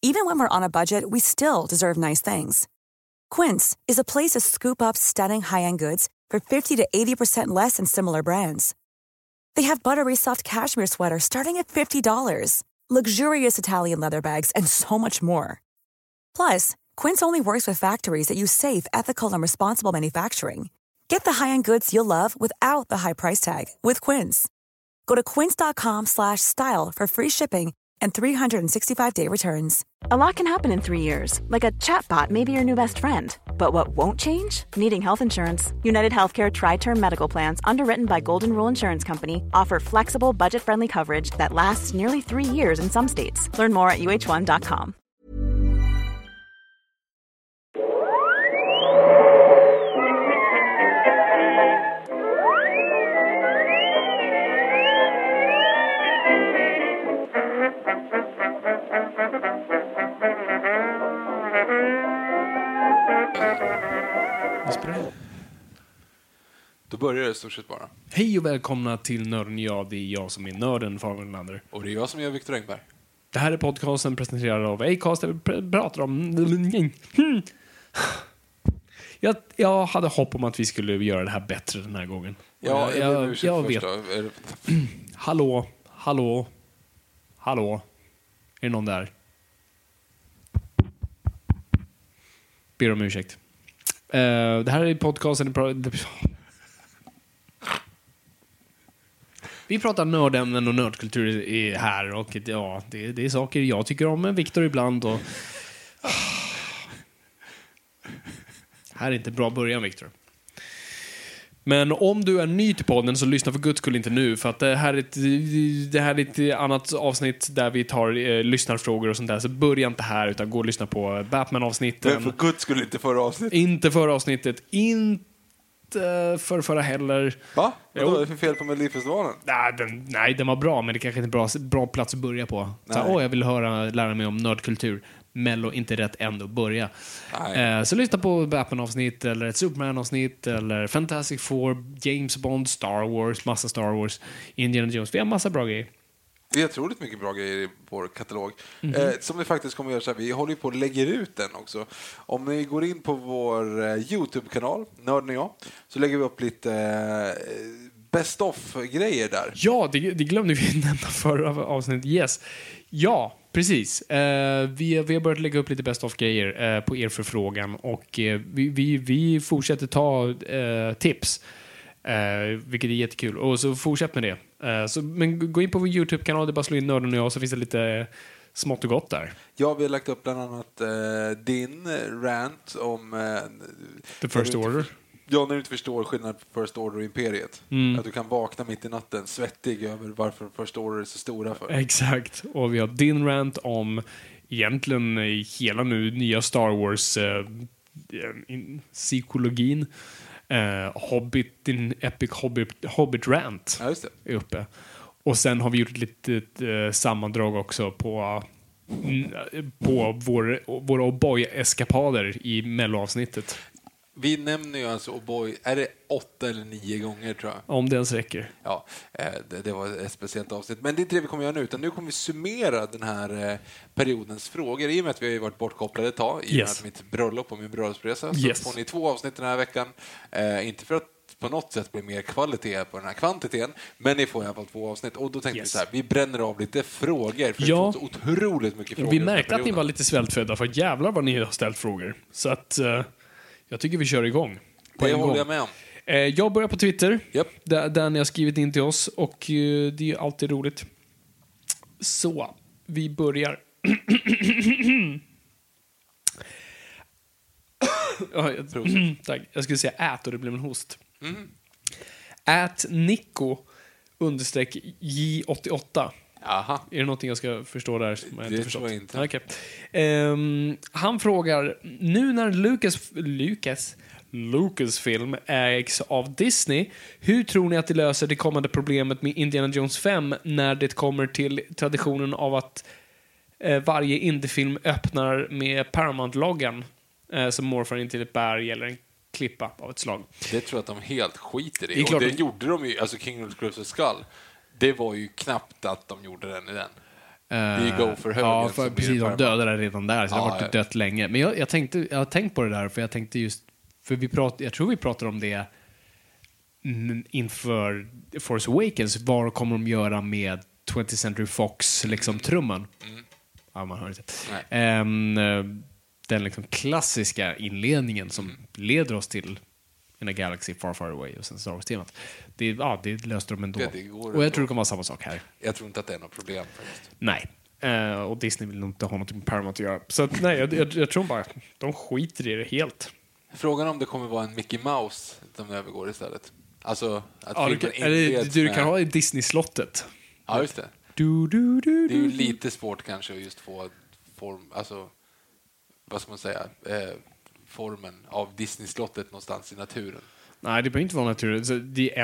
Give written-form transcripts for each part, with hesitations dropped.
Even when we're on a budget, we still deserve nice things. Quince is a place to scoop up stunning high-end goods for 50 to 80% less than similar brands. They have buttery soft cashmere sweaters starting at $50, luxurious Italian leather bags, and so much more. Plus, Quince only works with factories that use safe, ethical, and responsible manufacturing. Get the high-end goods you'll love without the high price tag with Quince. Go to quince.com/style for free shipping and 365-day returns. A lot can happen in 3 years, like a chatbot may be your new best friend. But what won't change? Needing health insurance. United Healthcare Tri-Term Medical Plans, underwritten by Golden Rule Insurance Company, offer flexible, budget-friendly coverage that lasts nearly 3 years in some states. Learn more at uh1.com. Då börjar det stort sett bara. Hej och välkomna till Nörden. Ja, det är jag som är nörden, Fabian Lander. Och det är jag som är Viktor Engberg. Det här är podcasten presenterad av Acast där vi pratar om... Jag hade hopp om att vi skulle göra det här bättre den här gången. Ja, jag vet. Hallå. Är det någon där? Ber om ursäkt. Det här är podcasten... Vi pratar nördämnen och nördkultur är här. Och ja, det är saker jag tycker om med Viktor ibland. Och... Här är inte bra början, Viktor. Men om du är ny till podden så lyssna för guds skull inte nu. För att det här är ett annat avsnitt där vi tar lyssnarfrågor och sånt där. Så börja inte här utan gå och lyssna på Batman-avsnitten. Men för guds skull inte förra avsnittet. Inte förra avsnittet. Inte förra heller. Va? Vad är det för fel på Melodifestivalen? Nej, den var bra. Men det kanske inte är en bra plats att börja på. Så, jag vill lära mig om nördkultur. Mello inte rätt ändå att börja. Så lyssna på Batman-avsnitt eller ett Superman-avsnitt eller Fantastic Four, James Bond, Star Wars, massa Star Wars, Indiana Jones. Vi har massa bra grejer. Vi har otroligt mycket bra grejer i vår katalog. Som vi faktiskt kommer att göra så här. Vi håller ju på att lägga ut den också. Om ni går in på vår YouTube-kanal, Nörden och jag, så lägger vi upp lite best of-grejer där. Ja, det glömde vi nämna förra avsnittet. Yes. Ja, precis. Vi har börjat lägga upp lite best of-grejer på er förfrågan. Och vi fortsätter ta tips. Vilket är jättekul. Och så fortsätt med det. Men gå in på vår YouTube-kanal, det är bara slå in Nörden och jag, så finns det lite smått och gott där. Ja, vi har lagt upp bland annat din rant om The First Order. Ja, när du inte förstår skillnaden på First Order och Imperiet. Att du kan vakna mitt i natten svettig över varför First Order är så stora för. Exakt. Och vi har din rant om egentligen hela nu nya Star Wars psykologin. Din Epic Hobbit rant är uppe. Och sen har vi gjort ett litet sammandrag också på våra O'boy-eskapader i Mello-avsnittet. Vi nämner ju alltså O'boy, är det 8 eller 9 gånger tror jag. Om det ens räcker. Ja, det var ett speciellt avsnitt. Men det är inte det vi kommer göra nu, utan nu kommer vi summera den här periodens frågor. I och med att vi har ju varit bortkopplade ett tag i mitt bröllop och min bröllopsresa. Så får ni 2 avsnitt den här veckan. Inte för att på något sätt blir mer kvalitet på den här kvantiteten, men ni får i alla fall 2 avsnitt. Och då tänkte vi så här, vi bränner av lite frågor, för vi har fått otroligt mycket frågor. Vi märkte att ni var lite svältfödda, för jävlar vad ni har ställt frågor. Så att jag tycker vi kör igång. Det håller jag med om. Jag börjar på Twitter, där ni har skrivit in till oss, och det är alltid roligt. Så, vi börjar. Tack. Jag skulle säga och det blev en host. @Nico_J88. Aha. Är det någonting jag ska förstå där som jag inte förstått? Tror jag inte. Okay. Han frågar, nu när Lucasfilm ägs av Disney, hur tror ni att det löser det kommande problemet med Indiana Jones 5 när det kommer till traditionen av att varje indiefilm öppnar med Paramount-loggan som morfar in till ett berg eller en klippa av ett slag? Det tror jag att de helt skiter i. Det gjorde de ju, alltså King of the Crystal Skull. Det var ju knappt att de gjorde den i den. go for högen. Ja, precis. De dödade redan där, så det har varit dött länge. Men jag har tänkt på det där, för jag tänkte just... jag tror vi pratar om det inför Force Awakens. Vad kommer de göra med 20th Century Fox, liksom, trumman? Ja, man hör inte. Den liksom klassiska inledningen som leder oss till In a Galaxy Far Far Away och sen Star Wars-temat. Det löste de ändå. Och jag tror det kommer vara samma sak här. Jag tror inte att det är något problem faktiskt. Nej. Och Disney vill nog inte ha något med Paramount att göra. Så att, nej, jag tror bara de skiter i det helt. Frågan om det kommer vara en Mickey Mouse som övergår istället. Alltså att du kan ha i Disney-slottet. Ja, just det. Det är ju lite svårt kanske att just få form, alltså vad ska man säga, formen av Disney-slottet någonstans i naturen. Nej, det behöver inte vara naturen. Så det är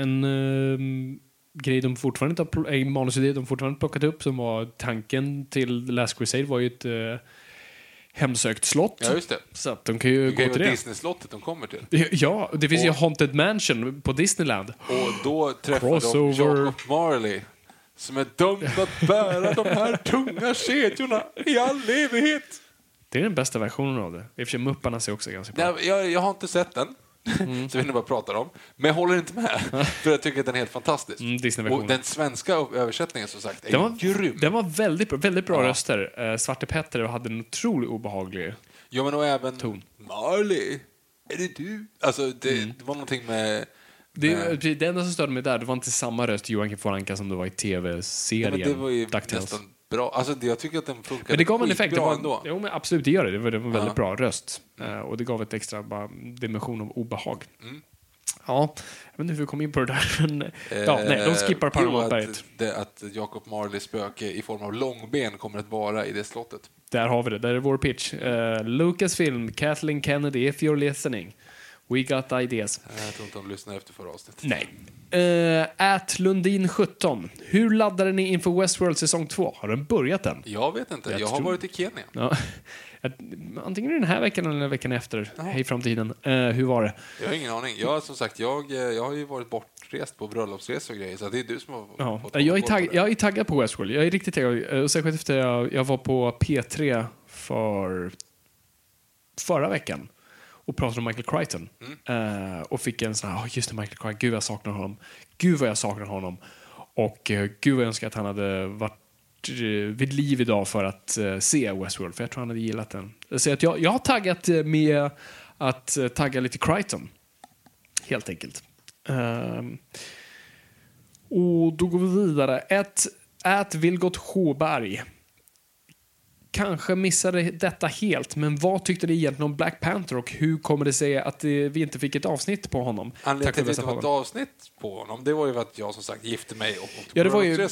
en grej de fortfarande inte har, manusidé de fortfarande plockat upp, som var tanken till The Last Crusade, var ju ett hemsökt slott. Ja, just det. Så att de kan ju gå till det. Disney-slottet de kommer till. Ja, det finns ju Haunted Mansion på Disneyland. Och då träffar de Jacob Marley, som är dömd att bära de här tunga kedjorna i all evighet. Det är den bästa versionen av det. I och för sig Mupparna ser också ganska bra. Jag har inte sett den. Så vi nu bara pratar om. Men jag håller inte med. För jag tycker att den är helt fantastisk. Och den svenska översättningen, som sagt, är grym. Den var väldigt bra röster. Svarte Petter hade en otroligt obehaglig men och även ton. Marley, är det du? Alltså det var någonting med... Det enda som störde mig där, det var inte samma röst Joakim von Anka som det var i tv-serien. Men det var ju nästan bra. Alltså jag tycker att den funkade. Men det gav en effekt. Det var ändå. Jo, men absolut, det gör det. Det var en väldigt bra röst. Och det gav ett extra dimension av obehag. Ja, jag vet inte hur vi kom in på det där. Men, de skippar Paramount-berget. Att Jacob Marleys spöke i form av långben kommer att vara i det slottet. Där har vi det. Där är vår pitch. Lucasfilm, Kathleen Kennedy, if you're listening. We got ideas. Jag tror inte de lyssnar efter förra avsnittet. Nej. Lundin 17. Hur laddade ni inför Westworld säsong 2? Har den börjat än? Jag vet inte. Jag har varit i Kenya. Ja. Antingen den här veckan eller veckan efter. Hej framtiden. Hur var det? Jag har ingen aning. Jag har ju varit bortrest på bröllopsresor och grejer. Så det är du som har fått jag är taggad på Westworld. Jag är riktigt taggad. Särskilt efter jag var på P3 förra veckan och pratade om Michael Crichton. Och fick en sån här, just det, Michael Crichton, gud vad jag saknar honom. Och gud vad jag önskar att han hade varit vid liv idag för att se Westworld, för jag tror han hade gillat den. Så att jag har taggat med att tagga lite Crichton, helt enkelt. Och då går vi vidare. Ät Vilgot Håberg. Kanske missade detta helt, men vad tyckte du egentligen om Black Panther och hur kommer det sig att vi inte fick ett avsnitt på honom? Anledningen till att det inte var ett avsnitt på honom, det var ju att jag som sagt gifte mig och det var ju,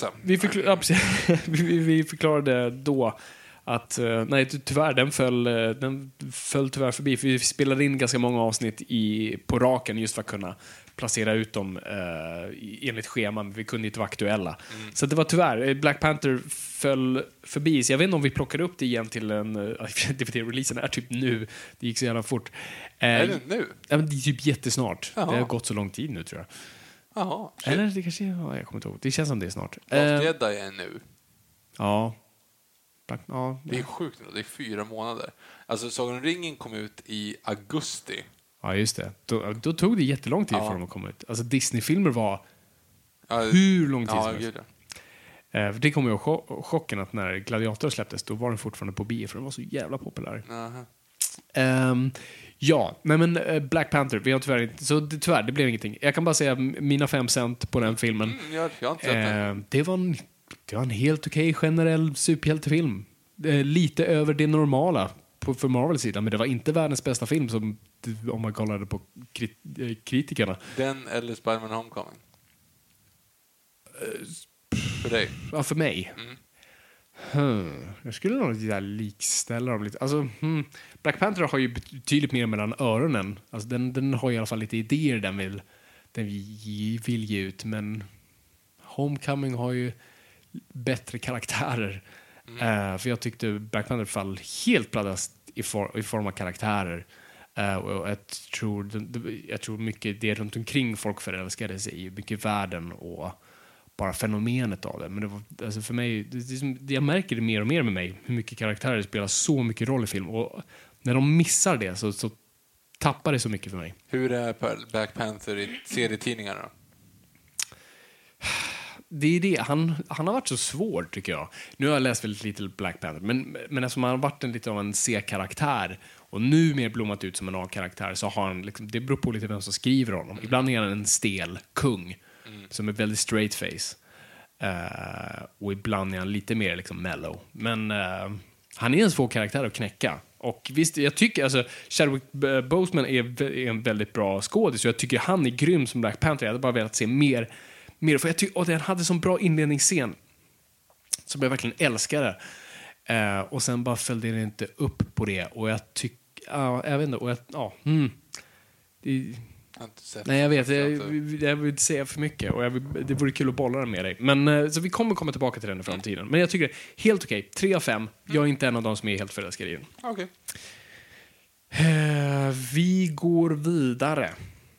vi förklarade då att nej, tyvärr den föll tyvärr förbi, för vi spelade in ganska många avsnitt på raken just för att kunna placera ut dem enligt scheman, men vi kunde inte vara aktuella. Så det var tyvärr, Black Panther föll förbi, så jag vet inte om vi plockade upp det igen till en DVD-releasen är typ nu, det gick så jävla fort. Är det nu? Ja, men det är typ jättesnart. Jaha. Det har gått så lång tid nu, tror jag. Jaha. Eller det kanske, jag kommer inte ihåg. Det känns som det är snart. Last Jedi är nu. Ja. Det är sjukt nu, det är 4 månader. Alltså Sagan om ringen kom ut i augusti. Ja, just det. Då tog det jättelång tid för dem att komma ut. Alltså Disney-filmer var hur lång tid som helst. För det kom ju chocken att när Gladiator släpptes, då var den fortfarande på bio, för den var så jävla populär. Men Black Panther, vi har tyvärr inte, så tyvärr, det blev ingenting. Jag kan bara säga mina 5 cent på den filmen. Jag har inte sett den. Det var en helt okej generell superhjältefilm. Lite över det normala för Marvels sida, men det var inte världens bästa film som, om man kollade på kritikerna. Den eller Spider-Man Homecoming? För dig? Ja, för mig. Jag skulle nog likställa dem lite. Alltså, Black Panther har ju betydligt mer mellan öronen. Alltså, den har i alla fall lite idéer den vill ge ut, men Homecoming har ju bättre karaktärer. För jag tyckte Black Panther fall helt pladask i form av karaktärer. Och jag tror mycket det runt omkring folk förälskade sig i, mycket världen och bara fenomenet av det. Men det var, alltså för mig, jag märker det mer och mer med mig, hur mycket karaktärer spelar så mycket roll i film. Och när de missar det så tappar det så mycket för mig. Hur är Black Panther i serietidningarna då? Det är det. Han har varit så svår, tycker jag. Nu har jag läst väldigt lite Black Panther, men eftersom han har varit lite av en C-karaktär och nu mer blommat ut som en A-karaktär, så har han liksom, det beror på lite vem som skriver honom. Ibland är han en stel kung som är väldigt straight face. Och ibland är han lite mer liksom mellow. Men han är en svår karaktär att knäcka. Och visst, jag tycker alltså Chadwick Boseman är en väldigt bra skådis, så jag tycker han är grym som Black Panther. Jag hade bara velat se mer för jag tycker, den hade så bra inledningsscen som jag verkligen älskade. Och sen bara följde det inte upp på det, och jag tycker jag vet inte, och nej, jag vet, jag vill inte säga för mycket, och det vore kul att bolla den med dig. Men så vi kommer komma tillbaka till den i framtiden. Men jag tycker det är helt okej. 3 av 5. Jag är inte en av dem som är helt förälskade i den. Okej. Vi går vidare.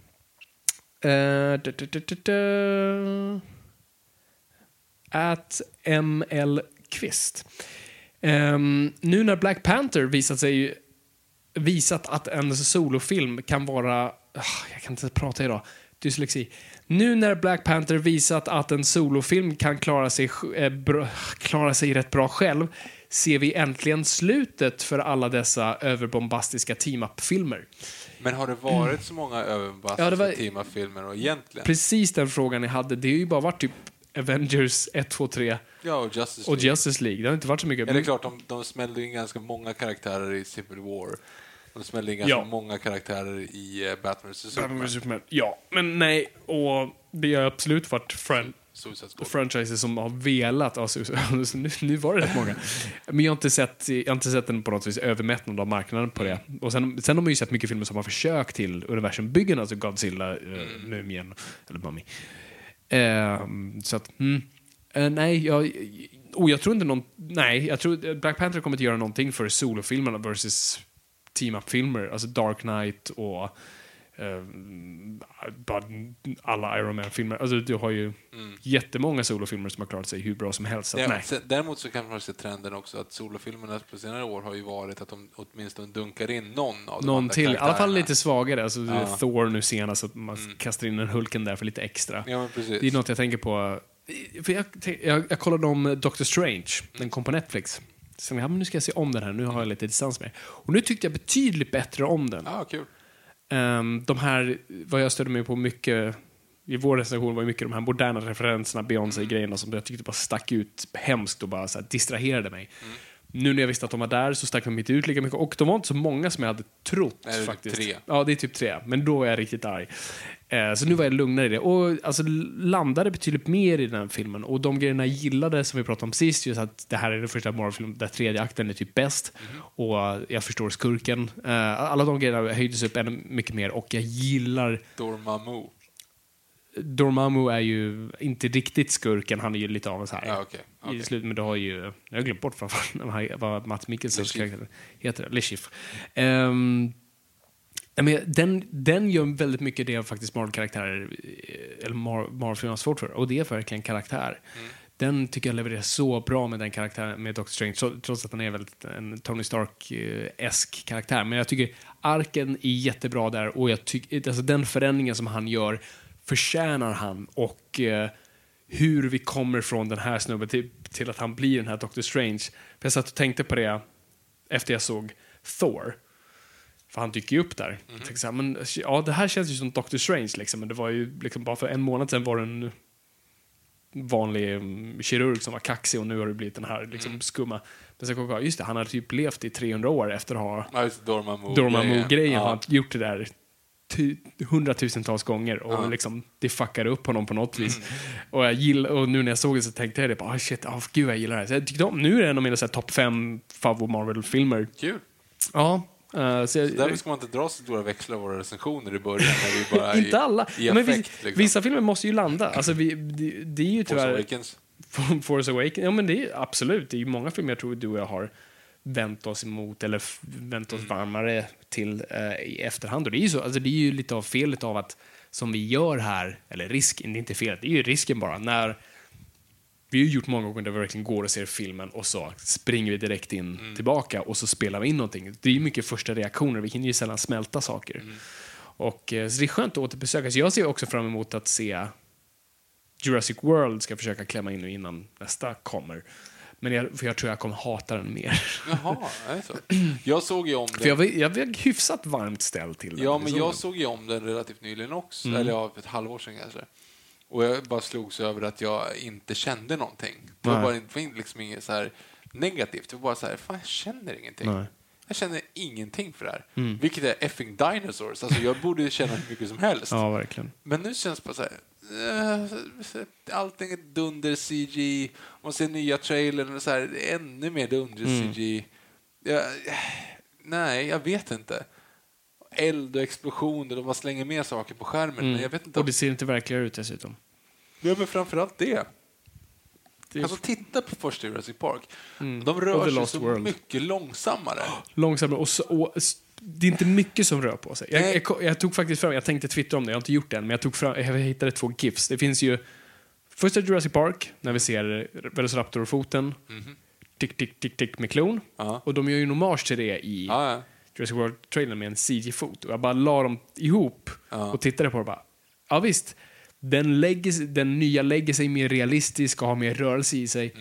At ML Kvist. Nu när Black Panther visat att en solofilm kan vara... jag kan inte prata idag. Dyslexi. Nu när Black Panther visat att en solofilm kan klara sig rätt bra själv, ser vi äntligen slutet för alla dessa överbombastiska team-up-filmer. Men har det varit så många överbombastiska team-up-filmer och egentligen? Precis den frågan jag hade. Det har ju bara varit typ Avengers 1, 2, 3 och Justice League. Det har inte varit så mycket. Ja, det är klart, de smällde in ganska många karaktärer i Civil War. De smällde in ganska många karaktärer i Batman vs Superman. Ja, men nej. Och det har absolut varit franchises som har velat. Alltså, nu var det rätt många. Men jag har inte sett den på något vis övermättnad av marknaden på det. Och sen har man ju sett mycket filmer som har försökt till universumbyggen, alltså Godzilla, nu igen, eller Mummy. Så att nej, jag tror inte jag tror Black Panther kommer att göra någonting för solofilmerna versus team-up-filmer, alltså Dark Knight och alla Iron Man-filmer. Alltså du har ju jättemånga solofilmer som har klarat sig hur bra som helst. Däremot så kan man se trenden också att solofilmerna på senare år har ju varit att de åtminstone dunkar in någon av de andra karaktärerna. I alla fall lite svagare. Alltså Thor nu senast, att man kastar in en Hulken där för lite extra. Ja, men precis. Det är något jag tänker på. För jag kollade om Doctor Strange. Den kom på Netflix. Så nu ska jag se om den här. Nu har jag lite distans med. Och nu tyckte jag betydligt bättre om den. Kul. De här, vad jag stödde mig på mycket i vår recension, var ju mycket de här moderna referenserna, Beyoncé-grejerna som jag tyckte bara stack ut hemskt och bara så här distraherade mig. Nu när jag visste att de var där så stack de inte ut lika mycket, och de var inte så många som jag hade trott. Nej, faktiskt. 3. Ja, det är typ 3, men då var jag riktigt arg. Så nu var jag lugnare i det, och alltså landade betydligt mer i den här filmen, och de grejerna jag gillade som vi pratade om sist, just att det här är den första Marvel-filmen där 3:e akten är typ bäst, och jag förstår skurken. Alla de grejerna höjdes upp ännu mycket mer, och jag gillar Dormammu är ju inte riktigt skurken, han är ju lite av en så här. Okay. I slut, men du har ju, jag har glömt bort vad Matt Mikkelsens karaktär heter, Lishif. Den gör väldigt mycket det faktiskt Marvel-karaktärer eller Marvel-filmer har svårt för, och det är verkligen karaktär. Den tycker jag levererar så bra med den karaktären, med Doctor Strange, trots att han är väldigt en Tony Stark-esk karaktär. Men jag tycker arken är jättebra där, och jag tycker alltså den förändringen som han gör förtjänar han, och hur vi kommer från den här snubben till att han blir den här Doctor Strange. För jag satt och tänkte på det efter jag såg Thor. För han dyker ju upp där. Jag tänkte så här, men ja, det här känns ju som Doctor Strange liksom, men det var ju liksom bara för en månad sedan var det en vanlig kirurg som var kaxig, och nu har det blivit den här liksom skumma. Men sen kom jag, just det, han har typ levt i 300 år efter att ha Dormammu-grejen. Han har gjort det där 100,000-tals gånger, och liksom det fuckade upp honom på något vis. Och nu när jag såg det så tänkte jag det bara, gud jag gillar det här. Så jag tyckte nu är det en av mina topp 5 favorit Marvel-filmer. Kul. Ja. Så därför ska man inte dra så stora växlar av våra recensioner i början när vi bara inte alla. I men effekt, liksom. Vissa filmer måste ju landa. Alltså det är ju tyvärr Force Awakens. Ja, men det är absolut. Det är ju många filmer jag tror du och jag har vänt oss emot eller vänt oss varmare till i efterhand. Och det är ju så, alltså det är ju lite av felet av att som vi gör här, eller risken, det är inte fel, det är ju risken bara vi har ju gjort många gånger där vi verkligen går och ser filmen och så springer vi direkt in tillbaka och så spelar vi in någonting. Det är ju mycket första reaktioner, vi kan ju sällan smälta saker. Och så det är skönt att återbesöka. Så jag ser också fram emot att se Jurassic World, ska försöka klämma in nu innan nästa kommer. Men för jag tror jag kommer hata den mer. Jaha, är det så? Jag såg ju om den. För jag var hyfsat varmt ställd till den. Ja, men jag såg ju om den relativt nyligen också. Eller för ett halvår sedan kanske. Och jag bara slogs över att jag inte kände någonting. Det var bara liksom inget så här negativt. Det var bara så här, fan, jag känner ingenting. Nej. Jag känner ingenting för det här. Vilket är effing dinosaurs. Alltså jag borde känna hur mycket som helst. Ja, verkligen. Men nu känns det bara så här, allting är dunder CG. Man ser nya trailern och så här, ännu mer dunder CG. Nej, jag vet inte. Eld och explosioner, de bara slänger mer saker på skärmen. Men jag vet inte och det ser inte verkligare ut dessutom. Ja, men framförallt det. Alltså titta på första Jurassic Park. De rör sig så mycket långsammare. Långsammare och det är inte mycket som rör på sig. Jag tog faktiskt fram, jag tänkte twittra om det, jag har inte gjort det än, men jag hittade 2 GIFs. Det finns ju första Jurassic Park, när vi ser Velociraptor-foten, tick, tick, tick, tick med klon. Och de gör ju en hommage till det i Jurassic World-trailern med en CG-fot. Och jag bara la dem ihop och tittade på det och bara, ja visst, den nya lägger sig mer realistisk och har mer rörelse i sig.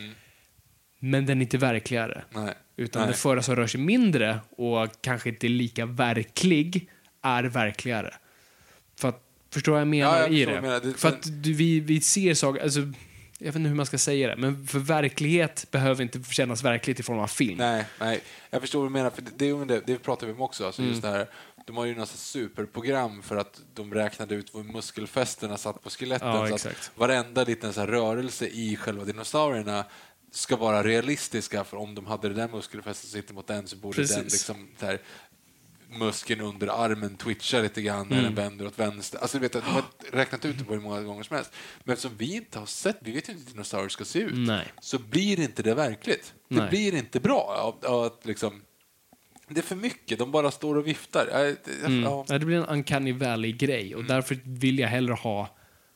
Men den är inte verkligare. Utan det förra som rör sig mindre och kanske inte lika verklig är verkligare. För att, förstår vad jag menar i det? För att vi ser saker, alltså, jag vet inte hur man ska säga det, men för verklighet behöver inte kännas verkligt i form av film. Nej. Jag förstår vad du menar, för det pratar vi om också. Alltså just det här, de har ju något superprogram för att de räknade ut var muskelfästena satt på skeletten. Så att varenda liten så här rörelse i själva dinosaurierna ska vara realistiska, för om de hade det där muskelfästet sitter mot den så borde den liksom där muskeln under armen twitchar lite grann när den vänder åt vänster. Alltså de har räknat ut det på hur många gånger som helst. Men eftersom vi inte har sett, vi vet ju inte hur dinosaurier ska se ut. Så blir inte det verkligt. Det blir inte bra att liksom, det är för mycket, de bara står och viftar. Det blir en uncanny valley-grej och därför vill jag hellre ha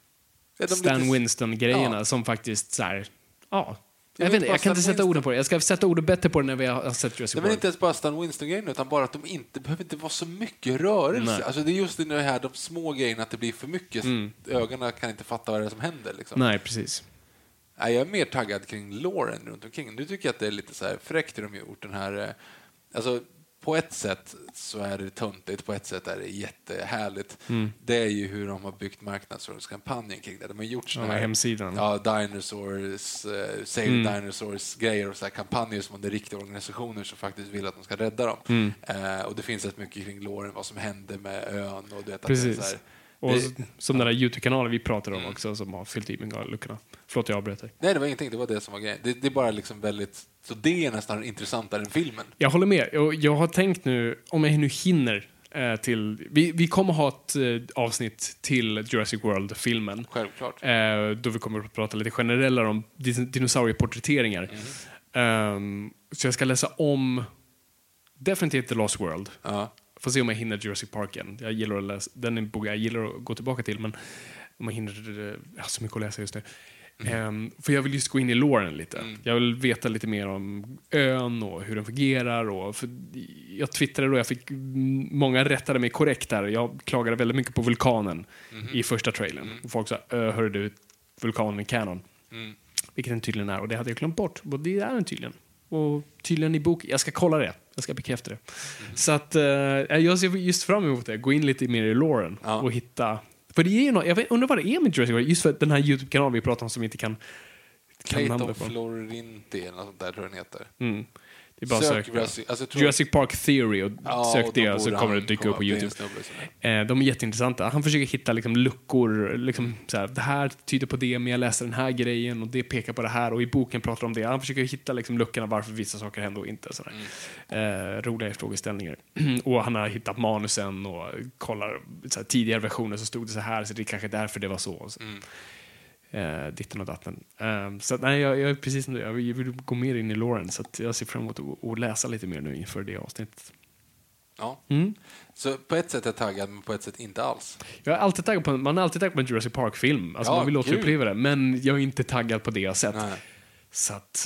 Stan Winston-grejerna som faktiskt så här, jag kan inte sätta orden på det. Jag ska sätta orden bättre på det när vi har sett Jurassic World. Det är inte ens bara Stan Winston-grejen, utan bara att de behöver inte vara så mycket rörelse. Alltså det är just det här, de små grejerna, att det blir för mycket. Ögonen kan inte fatta vad det är som händer. Liksom. Nej, precis. Jag är mer taggad kring loren runt omkring. Nu tycker jag att det är lite så här fräckt hur de har gjort den här... Alltså, på ett sätt så är det töntigt, på ett sätt är det jättehärligt. Det är ju hur de har byggt marknadsföringskampanjen kring det. De har gjort såna här hemsidan. Dinosaurs, Save Dinosaurs grejer och så här kampanjer som det är riktiga organisationer som faktiskt vill att de ska rädda dem. Och det finns rätt mycket kring loren, vad som hände med ön och det. Precis. Så här, och som den där YouTube-kanalen vi pratade om också, som har fyllt i med luckorna. Förlåt, jag avbröt dig. Nej, det var ingenting, det var det som var grejen. Det är bara liksom väldigt... Så det är nästan intressantare än filmen. Jag håller med. Jag har tänkt nu, om jag nu hinner till... Vi kommer ha ett avsnitt till Jurassic World-filmen. Självklart. Då vi kommer att prata lite generellare om dinosaurieporträtteringar. Så jag ska läsa om definitivt The Lost World. Får se om jag hinner Jurassic Park igen. Jag gillar att läsa, den är en bok jag gillar att gå tillbaka till, men om jag hinner, jag har så mycket att läsa just nu. För jag vill just gå in i loren lite. Jag vill veta lite mer om ön och hur den fungerar. Och för jag twittrade och jag fick många rättade mig korrekt där. Jag klagade väldigt mycket på vulkanen i första trailern. Och folk sa, hörde du, vulkanen är canon. Vilket den tydligen är. Och det hade jag glömt bort. Och det är den tydligen. Och tydligen i bok. Jag ska kolla det. Jag ska bekräfta det. Så att jag ser just fram emot det. Gå in lite mer i loren och hitta... För det är ju något, jag undrar vad det är med Jurassic World, just för den här YouTube-kanalen vi pratar om som inte kan namna på. Florinti eller något sånt där tror jag den heter. Det är bara sök Jurassic Park Theory och sök det så kommer det dyka upp på YouTube. De är jätteintressanta. Han försöker hitta liksom luckor, liksom så här, det här tyder på det, men jag läser den här grejen och det pekar på det här och i boken pratar om det. Han försöker hitta liksom luckorna varför vissa saker händer och inte. Roliga frågeställningar. Och han har hittat manusen och kollar så här, tidigare versioner så stod det så här, så det är kanske därför det var så. Ditten och datten. Så nej, jag är precis som du. Jag vill gå mer in i loren, så att jag ser fram emot att läsa lite mer nu inför det avsnittet. Ja. Så på ett sätt är jag taggad, men på ett sätt inte alls. Jag är alltid taggad på, man är alltid taggad på en Jurassic Park-film. Alltså man vill återuppleva det, men jag är inte taggad på det jag sett. Nej. Så att...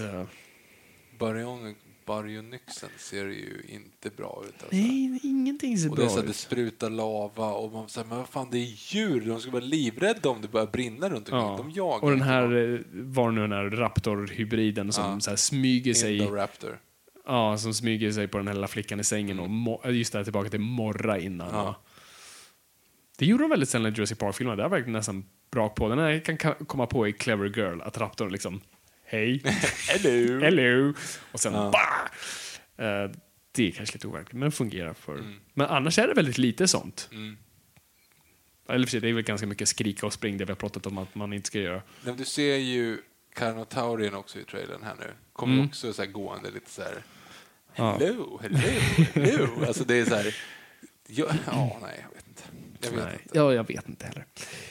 Baryonyxen ser ju inte bra ut. Alltså. Nej, ingenting ser och bra det är så ut. Det sprutar lava och man säger, men vad fan, det är djur. De ska vara livrädda om det börjar brinna runt omkring. Ja. De jagar. Och den här, var nu den här Raptor-hybriden som så här smyger sig... Indoraptor. Ja, som smyger sig på den här lilla flickan i sängen och just där tillbaka till morra innan. Ja. Det gjorde de väldigt sällan i Jurassic Park-filmen. Det är verkligen nästan bra på. Den här kan komma på i Clever Girl att Raptor liksom hej. Hello. Hello. Och sen det är kanske lite overkligt, men fungerar för. Men annars är det väldigt lite sånt. Eller för sig, det är väl ganska mycket skrika och spring det vi har pratat om att man inte ska göra. Du ser ju Carnotaurien också i trailern här nu. Kommer också så här gående lite så här. Hello. Alltså det är så här. Nej, jag vet inte. Jag vet inte heller.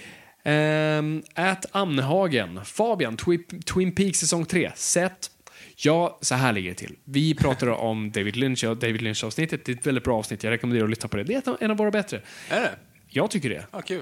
Amnehagen. Fabian, Twin Peaks säsong 3. Sett. Ja, så här ligger det till. Vi pratar om David Lynch-avsnittet. Det är ett väldigt bra avsnitt. Jag rekommenderar att lyssna på det. Det är en av våra bättre. Är det? Jag tycker det. Kul.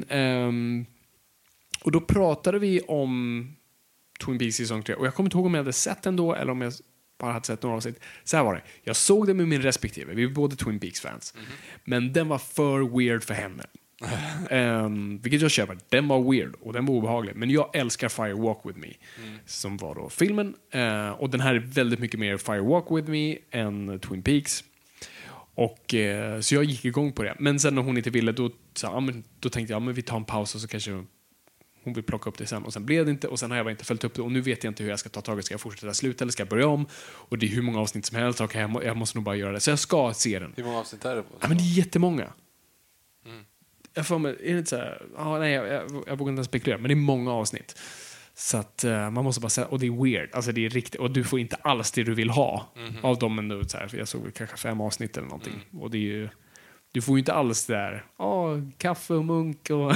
Och då pratade vi om Twin Peaks säsong 3. Och jag kommer inte ihåg om jag hade sett den då eller om jag bara hade sett några avsnitt. Så här var det. Jag såg den med min respektive. Vi är båda Twin Peaks-fans. Men den var för weird för henne. Vilket jag köper. Den var weird och den var obehaglig. Men jag älskar Fire Walk With Me. Som var då filmen. Och den här är väldigt mycket mer Fire Walk With Me än Twin Peaks. Och så jag gick igång på det. Men sen när hon inte ville då tänkte jag men vi tar en paus och så kanske hon vill plocka upp det sen. Och sen blev det inte. Och sen har jag bara inte följt upp det. Och nu vet jag inte hur jag ska ta tag. Ska jag fortsätta sluta eller ska jag börja om? Och det är hur många avsnitt som helst. Okay, jag måste nog bara göra det. Så jag ska se den. Hur många avsnitt är det på? Ja, men det är jättemånga. Jag får mig, är det inte så här, nej, jag vågar inte spekulera. Men det är många avsnitt. Så att man måste bara säga, och det är weird. Alltså det är riktigt. Och du får inte alls det du vill ha av dem ändå. Så här, för jag såg kanske 5 avsnitt eller någonting. Och det är ju, du får ju inte alls det där. Kaffe och munk och...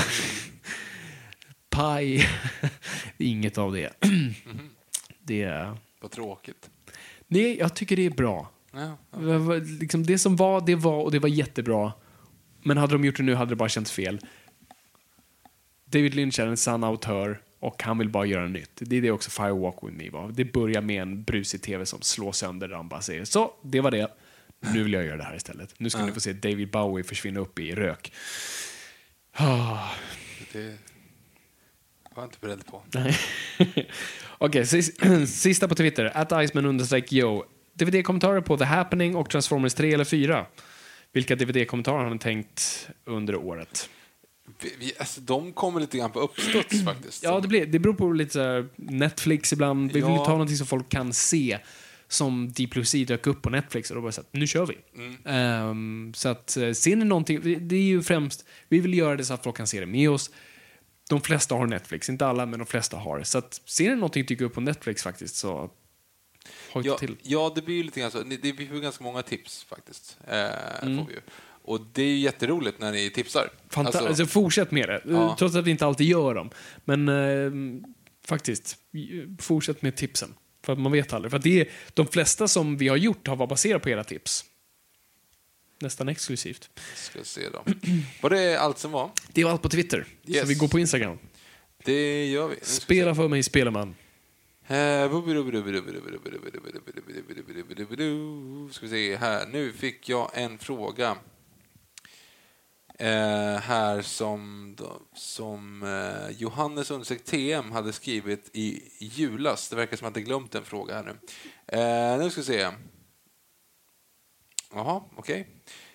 paj. Inget av det. Det är... Vad tråkigt. Nej, jag tycker det är bra. Ja. Liksom, det som var, det var och det var jättebra. Men hade de gjort det nu hade det bara känts fel. David Lynch är en sann autör och han vill bara göra nytt. Det är det också Fire Walk With Me var. Det börjar med en brusig tv som slår sönder där han bara säger så, det var det. Nu vill jag göra det här istället. Nu ska ni få se David Bowie försvinna upp i rök. Det var jag inte beredd på. Nej. Okej, sista på Twitter. @Iceman_yo. DVD-kommentarer på The Happening och Transformers 3 eller 4. Vilka DVD-kommentarer har ni tänkt under året? Alltså, de kommer lite grann på uppstuds faktiskt. Ja, det beror på lite så här, Netflix ibland. Vi vill ta någonting som folk kan se. Som Deep Blue Sea dök upp på Netflix och då bara så att nu kör vi. Så att ser ni någonting, det är ju främst, vi vill göra det så att folk kan se det med oss. De flesta har Netflix, inte alla men de flesta har. Så att ser ni någonting dyka upp på Netflix faktiskt så hojta till. Ja, det blir ju lite grann så. Vi får ganska många tips faktiskt. Får vi ju. Och det är ju jätteroligt när ni tipsar. Alltså fortsätt med det. Ja. Trots att vi inte alltid gör dem. Men faktiskt, fortsätt med tipsen. För att man vet aldrig. För att det är, de flesta som vi har gjort har varit baserat på era tips. Nästan exklusivt. Ska se då. Var det allt som var? Det var allt på Twitter. Yes. Så vi går på Instagram. Det gör vi. Spela för mig, Speleman. Ska vi se här. Nu fick jag en fråga. Här som Johannes Undsäck TM hade skrivit i julas. Det verkar som att jag glömt en fråga här nu. Nu ska vi se. Jaha, okej.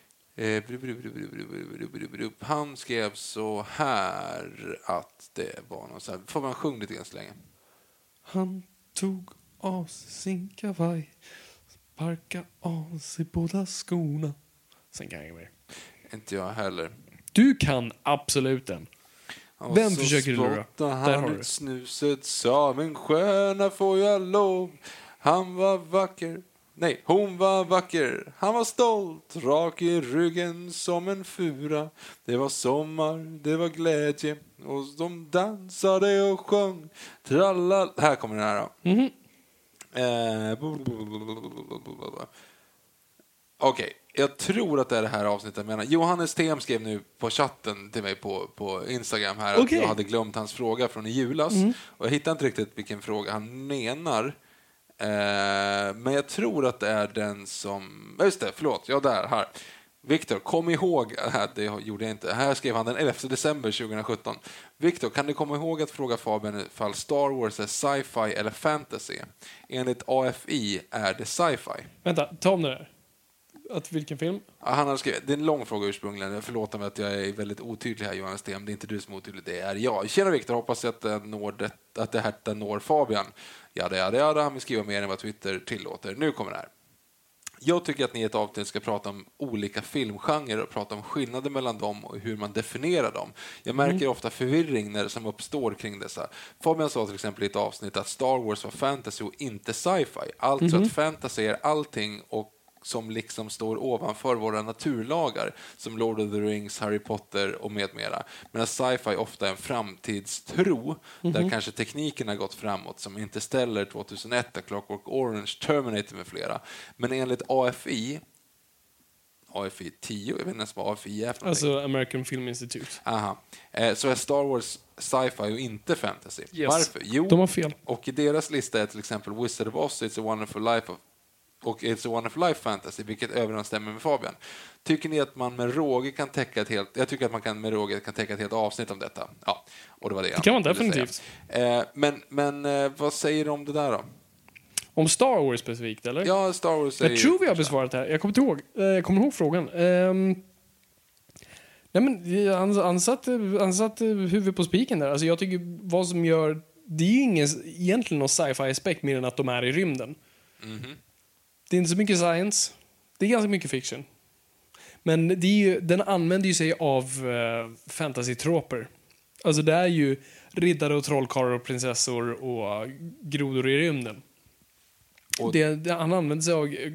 Han skrev så här att det var någon så här. Får man sjunga lite grann så länge? Han tog av sin kavaj, sparka av sig båda skorna. Sen kan jag mer. Inte jag heller. Du kan absolut den. Vem försöker du då? Där har du. Snuset sa, men sköna får jag lov. Han var vacker. Nej, hon var vacker. Han var stolt, rak i ryggen som en fura. Det var sommar, det var glädje. Och de dansade och sjöng. Tralla. Här kommer den här då. Okej. Jag tror att det är det här avsnittet jag menar. Johannes TM skrev nu på chatten till mig på Instagram här att jag hade glömt hans fråga från i julas. Och jag hittar inte riktigt vilken fråga han menar. Men jag tror att det är den som... Just det, förlåt. Ja, här. Viktor, kom ihåg... Det gjorde jag inte. Här skrev han den 11 december 2017. Viktor, kan du komma ihåg att fråga Fabian ifall Star Wars är sci-fi eller fantasy? Enligt AFI är det sci-fi. Vänta, ta om det där. Att vilken film? Ja, han har skrivit, det är en lång fråga ursprungligen. Jag förlåter mig att jag är väldigt otydlig här, Johannes Sten. Det är inte du som är otydlig, det är jag. Tjena Viktor, hoppas att det här når Fabian. Ja, han vill skriva mer än vad Twitter tillåter. Nu kommer det här. Jag tycker att ni i ett avsnitt ska prata om olika filmgenrer och prata om skillnader mellan dem och hur man definierar dem. Jag märker ofta förvirring när det som uppstår kring dessa. Fabian sa till exempel i ett avsnitt att Star Wars var fantasy och inte sci-fi. Alltså att fantasy är allting och som liksom står ovanför våra naturlagar som Lord of the Rings, Harry Potter och med mera. Medan sci-fi ofta är en framtidstro där kanske tekniken har gått framåt som Interstellar 2001, Clockwork Orange, Terminator med flera. Men enligt AFI 10, jag vet inte ens vad AFI är för alltså American Film Institute. Aha. Så är Star Wars sci-fi och inte fantasy. Yes. Varför? Jo, de har fel. Och i deras lista är till exempel Wizard of Oz, It's a Wonderful Life och It's a Wonderful Life Fantasy, vilket överensstämmer med Fabian. Tycker ni att man med råge kan täcka ett helt... Jag tycker att man med råge kan täcka ett helt avsnitt om detta. Ja, och det var det. Det kan man definitivt. Men vad säger du om det där då? Om Star Wars specifikt, eller? Ja, Star Wars jag tror vi har besvarat det här. Jag kommer ihåg frågan. Nej, men han satt huvudet på spiken där. Alltså, jag tycker vad som gör... Det är ju egentligen någon sci-fi-aspekt mer än att de är i rymden. Det är inte så mycket science. Det är ganska mycket fiction. Men det är ju, den använder ju sig av fantasy-troper. Alltså det är ju riddare och trollkarlar och prinsessor och grodor i rymden. Och han använder sig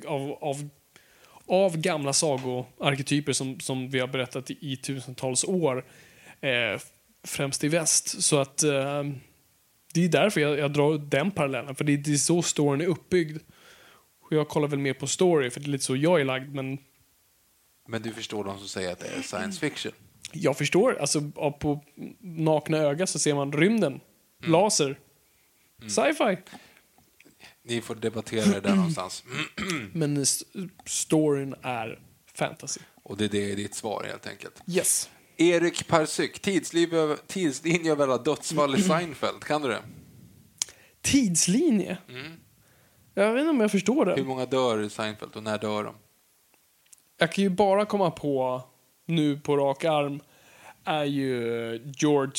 av gamla sagoarketyper som vi har berättat i tusentals år. Främst i väst. Så att det är därför jag drar den parallellen. För det är så storyn är uppbyggd. Jag kollar väl mer på story, för det är lite så jag är lagd, Men du förstår de som säger att det är science fiction? Jag förstår. Alltså, på nakna öga så ser man rymden. Laser. Sci-fi. Ni får debattera det där någonstans. Men storyn är fantasy. Och det är ditt svar helt enkelt. Yes. Erik Parsyk, tidslinje över alla dödsfall i Seinfeld. Kan du det? Tidslinje? Jag vet inte om jag förstår det. Hur många dör i Seinfeld och när dör de? Jag kan ju bara komma på nu på rak arm är ju George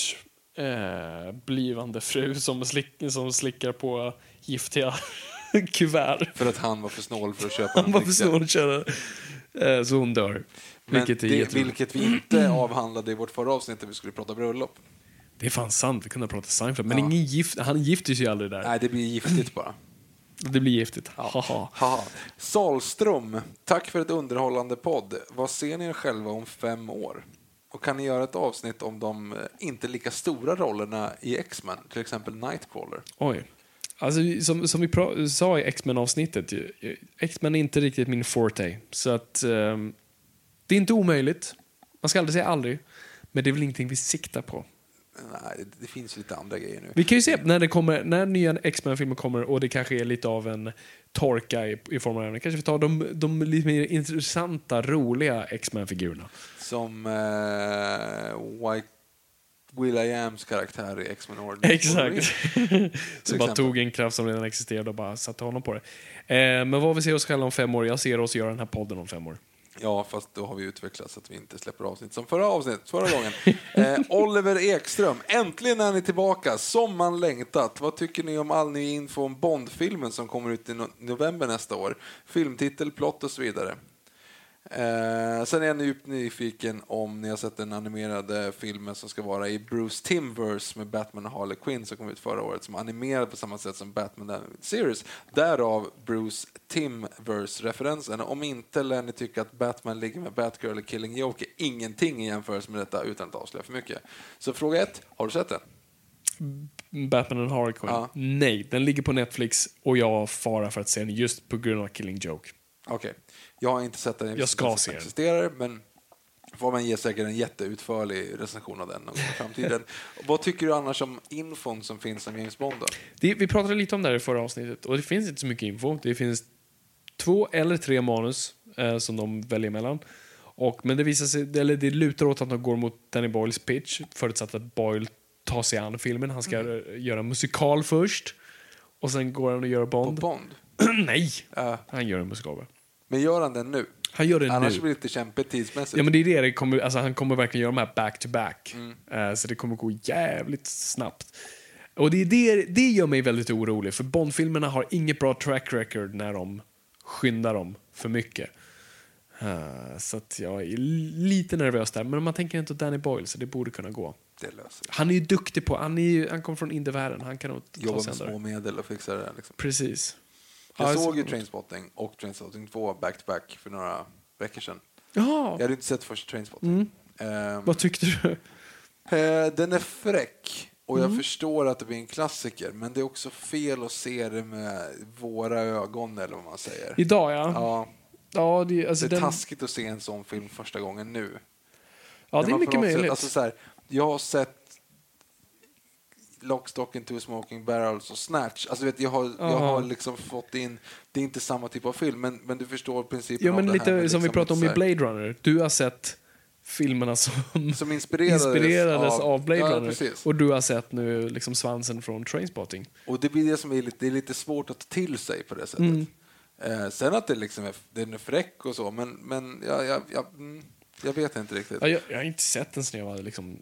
blivande fru som slickar på giftiga kuvert. För att han var för snål för att köpa han var för snål att köra. Så hon dör. Vilket vi inte avhandlade i vårt förra avsnitt där vi skulle prata bröllop. Det är fan sant, vi kunde prata Seinfeld. Men han gifter sig aldrig där. Nej, det blir giftigt bara. Det blir giftigt. Haha. Salström, tack för ett underhållande podd. Vad ser ni er själva om 5 år? Och kan ni göra ett avsnitt om de inte lika stora rollerna i X-Men? Till exempel Nightcrawler. Oj. Alltså, som vi sa i X-Men-avsnittet, X-Men är inte riktigt min forte. Så att det är inte omöjligt. Man ska aldrig säga aldrig. Men det är väl ingenting vi siktar på. Nej, det finns lite andra grejer nu. Vi kan ju se när nya X-Men-filmer kommer och det kanske är lite av en torka i form av kanske vi tar de lite mer intressanta, roliga X-Men-figurerna. Som Will.i.ams karaktär i X-Men Origins. Exakt. Så bara tog en kraft som redan existerade och bara satte honom på det. Men vad vi ser oss själva om 5 år? Jag ser oss göra den här podden om 5 år. Ja, fast då har vi utvecklats så att vi inte släpper avsnitt som förra gången. Oliver Ekström, äntligen är ni tillbaka, som man längtat. Vad tycker ni om all ny info om Bond-filmen som kommer ut i november nästa år? Filmtitel, plott och så vidare. Sen är jag djupt nyfiken om ni har sett den animerade filmen som ska vara i Bruce Timm-verse med Batman och Harley Quinn som kom ut förra året, som animerad på samma sätt som Batman Series. Därav Bruce Timm-verse-referensen. Om inte lär ni tycka att Batman ligger med Batgirl och Killing Joke ingenting i jämförelse med detta utan att avslöja för mycket. Så fråga 1, har du sett den? Batman och Harley Quinn? Ja. Nej, den ligger på Netflix och jag fara för att se den just på grund av Killing Joke. Okej. Jag har inte sett den. Jag ska se existerar, men får man ge säkert en jätteutförlig recension av den någon gång i framtiden. Vad tycker du annars om infon som finns om James Bond då? Vi pratade lite om det här i förra avsnittet, och det finns inte så mycket info. Det finns 2 eller 3 manus som de väljer mellan. Men det visar sig, eller det lutar åt att de går mot Danny Boyles pitch, förutsatt att Boyle tar sig an filmen. Han ska göra musikal först, och sen går han och gör Bond. På Bond? Nej, han gör en musikal. Men gör han den nu? Han gör det annars nu. blir det lite kämpigt tidsmässigt. Ja, men det är det kommer, alltså, han kommer verkligen göra de här back-to-back. Så det kommer gå jävligt snabbt. Och det gör mig väldigt orolig, för Bond-filmerna har inget bra track record när de skyndar dem för mycket. Så att jag är lite nervös där. Men man tänker inte att Danny Boyle, så det borde kunna gå. Det löser. Han är ju duktig på, han kommer från indievärlden. Han kan nog jobba med små medel och fixa det. Liksom. Precis. Jag såg ju Trainspotting och Trainspotting 2 back-to-back för några veckor sedan. Ja. Jag hade inte sett först Trainspotting. Vad tyckte du? Den är fräck. Och jag förstår att det blir en klassiker, men det är också fel att se det med våra ögon, eller vad man säger. Idag, ja. Ja, det är taskigt att se en sån film första gången nu. Ja, det är mycket möjligt. Alltså så här, jag har sett Lock, Stock and Two Smoking Barrels och Snatch. Alltså vet, jag har liksom fått in, det är inte samma typ av film, men du förstår principen. Ja, men av lite det här med, som liksom, vi pratade om i Blade Runner. Du har sett filmerna som inspirerades av Blade Runner. Precis. Och du har sett nu liksom svansen från Trainspotting. Och det blir det som är lite svårt att ta till sig på det sättet. Sen att det liksom den är fräck och så, men jag vet inte riktigt. Ja, jag har inte sett den sen jag var liksom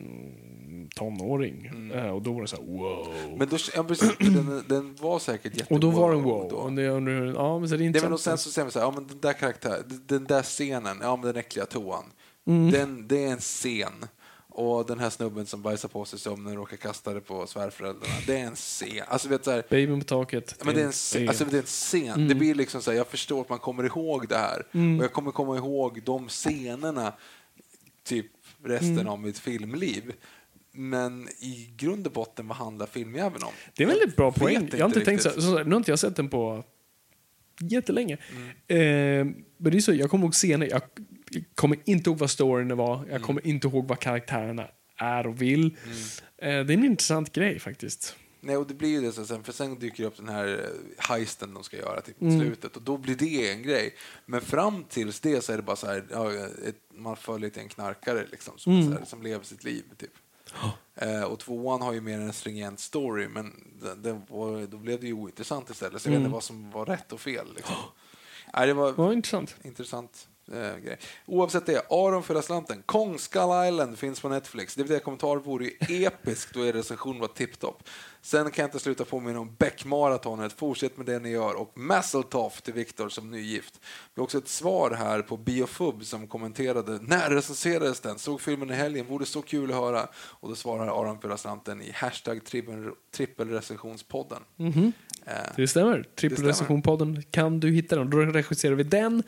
tonåring. Och då var det så här, wow. Men då, den var säkert jättebra. Och då var den wow. Och men så är det inte och sen så säger man så här, ja, men den där karaktären, den där scenen, ja, men den äckliga toan. Det är en scen. Och den här snubben som bajsar på sig som den råkar kasta det på svärföräldrarna, det är en scen. Alltså vet så här, Babyn på taket. Men det är en scen. Alltså det är en scen. Det blir liksom så här, jag förstår att man kommer ihåg det här. Och jag kommer komma ihåg de scenerna typ resten av mitt filmliv. Men i grund och botten, vad handlar filmjäveln om? Det är en väldigt bra poäng. Jag har inte tänkt så. Nu har inte jag sett den på jättelänge. Men det är så, jag kommer ihåg scener. Jag kommer inte ihåg vad storyn var. Jag kommer inte ihåg vad karaktärerna är och vill. Det är en intressant grej faktiskt. Nej, och det blir ju det så sen, för sen dyker upp den här heisten de ska göra typ på slutet, och då blir det en grej. Men fram tills det så är det bara så här, man följer till en knarkare liksom, som lever sitt liv typ. Och 2:an har ju mer en stringent story, men då blev det ju ointressant istället. Så jag vet inte vad som var rätt och fel liksom. Nej, det var intressant grej. Oavsett det, Aron för slanten. Kong Skull Island finns på Netflix. DVD-kommentar vore ju episk, då är recension var tipptopp. Sen kan jag inte sluta påminna om Beck-maratonet. Fortsätt med det ni gör. Och Masseltoff till Viktor som nygift. Vi har också ett svar här på Biofub som kommenterade: när recenserades den? Såg filmen i helgen, vore så kul att höra. Och då svarar Aron för slanten i #trippelrecensionspodden. Det stämmer. Trippelrecensionspodden, kan du hitta den? Då recenserar vi den.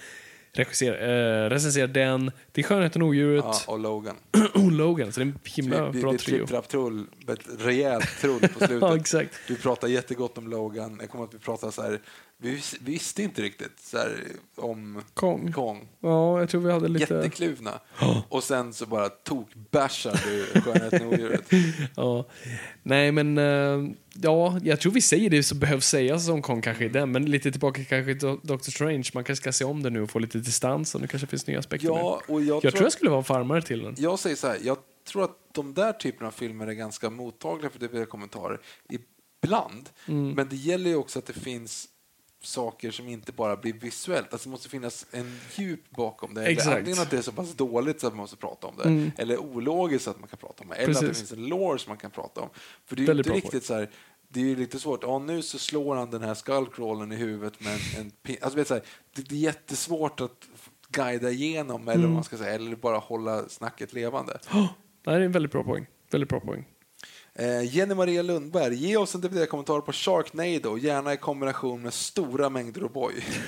Recenserar den. Det är Skönheten och odjuret. Ja, och Logan. Logan, så det är en himla bra trio. Trull, ett rejält trull på slutet. Ja, exakt. Du pratar jättegott om Logan. Jag kommer att vi pratar så här. Vi visste inte riktigt så här, om Kong. Ja, jag tror vi hade lite jättekluvna. Och sen så bara bashar du Skönheten och odjuret. Ja. Nej, men ja, jag tror vi säger det som behövs sägas om Kong kanske i den, men lite tillbaka kanske till Doctor Strange. Man kanske ska se om det nu och få lite distans, och det kanske finns nya aspekter. Ja, och jag tror jag skulle vara farmare till den. Jag säger så här, jag tror att de där typerna av filmer är ganska mottagliga för det-kommentarer ibland. Men det gäller ju också att det finns saker som inte bara blir visuellt. Alltså det måste finnas en djup bakom det. Eller antingen att det är så pass dåligt så att man måste prata om det. Eller ologiskt så att man kan prata om det. Eller att det finns en lore som man kan prata om. För det är ju inte riktigt så här. Det är ju lite svårt. Ja, nu så slår han den här skullcrawlen i huvudet med en pin. Alltså vet så här, det är jättesvårt att guida igenom, eller vad man ska säga, eller bara hålla snacket levande. Det är en väldigt bra poäng. Väldigt bra poäng. Jenny Maria Lundberg, ge oss en DVD-kommentar på Sharknado, gärna i kombination med stora mängder O'boy.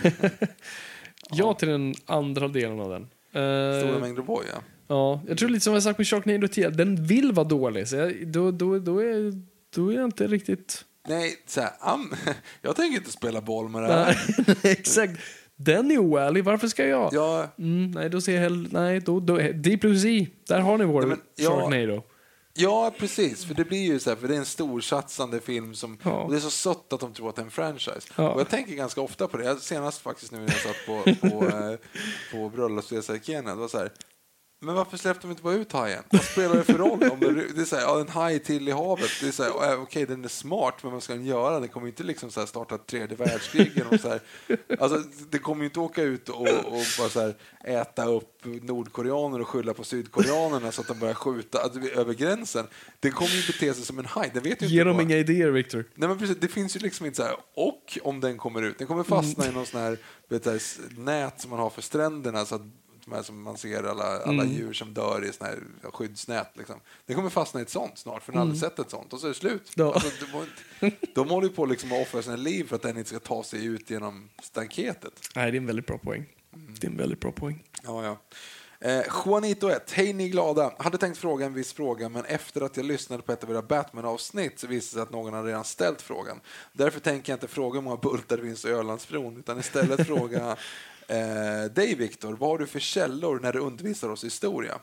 Ja, till den andra delen av den. Stora mängder O'boy, ja. Ja, jag tror lite som jag sagt med Sharknado tidigare, den vill vara dålig, så då är jag inte riktigt... Nej, så här, jag tänker inte spela boll med det här. Nej, exakt. Den är oärlig, varför ska jag? Ja. Nej, då ser jag hellre... Nej, då D+I. Där har ni vår Sharknado. Ja, precis. För det blir ju så här, för det är en storsatsande film som... Och det är så sött att de tror att det är en franchise. Ja. Och jag tänker ganska ofta på det. Jag senast faktiskt nu när jag satt på bröllopsresa i Kenya, det var så här... Men varför släppte de inte bara ut hajen? Vad spelar det för roll? Om det är så här, en haj till i havet. Det är så här, okej, den är smart, men vad ska den göra? Den kommer inte liksom så här starta ett tredje världskrig. Så här. Alltså, det kommer ju inte åka ut och bara så här, äta upp nordkoreaner och skylla på sydkoreanerna så att de börjar skjuta över gränsen. Det kommer ju bete sig som en haj. Det vet ju Ge dem inga idéer, Victor. Nej, men precis, det finns ju liksom inte så här. Och om den kommer ut, den kommer fastna i någon sån här nät som man har för stränderna så att som man ser alla djur som dör i såna här skyddsnät liksom. Det kommer fastna i ett sånt snart, för den har aldrig sett ett sånt och så är det slut. Ja. Alltså, de håller ju på liksom att offra sina liv för att den inte ska ta sig ut genom stanketet. Nej, det är en väldigt bra poäng. Det är en väldigt bra poäng. Ja. Juanito 1, hej ni glada. Hade tänkt fråga en viss fråga, men efter att jag lyssnade på ett av era Batman-avsnitt så visade det sig att någon hade redan ställt frågan. Därför tänker jag inte fråga hur många bultar det finns i Ölandsbron, utan istället fråga dig, Victor, vad har du för källor när du undervisar oss historia?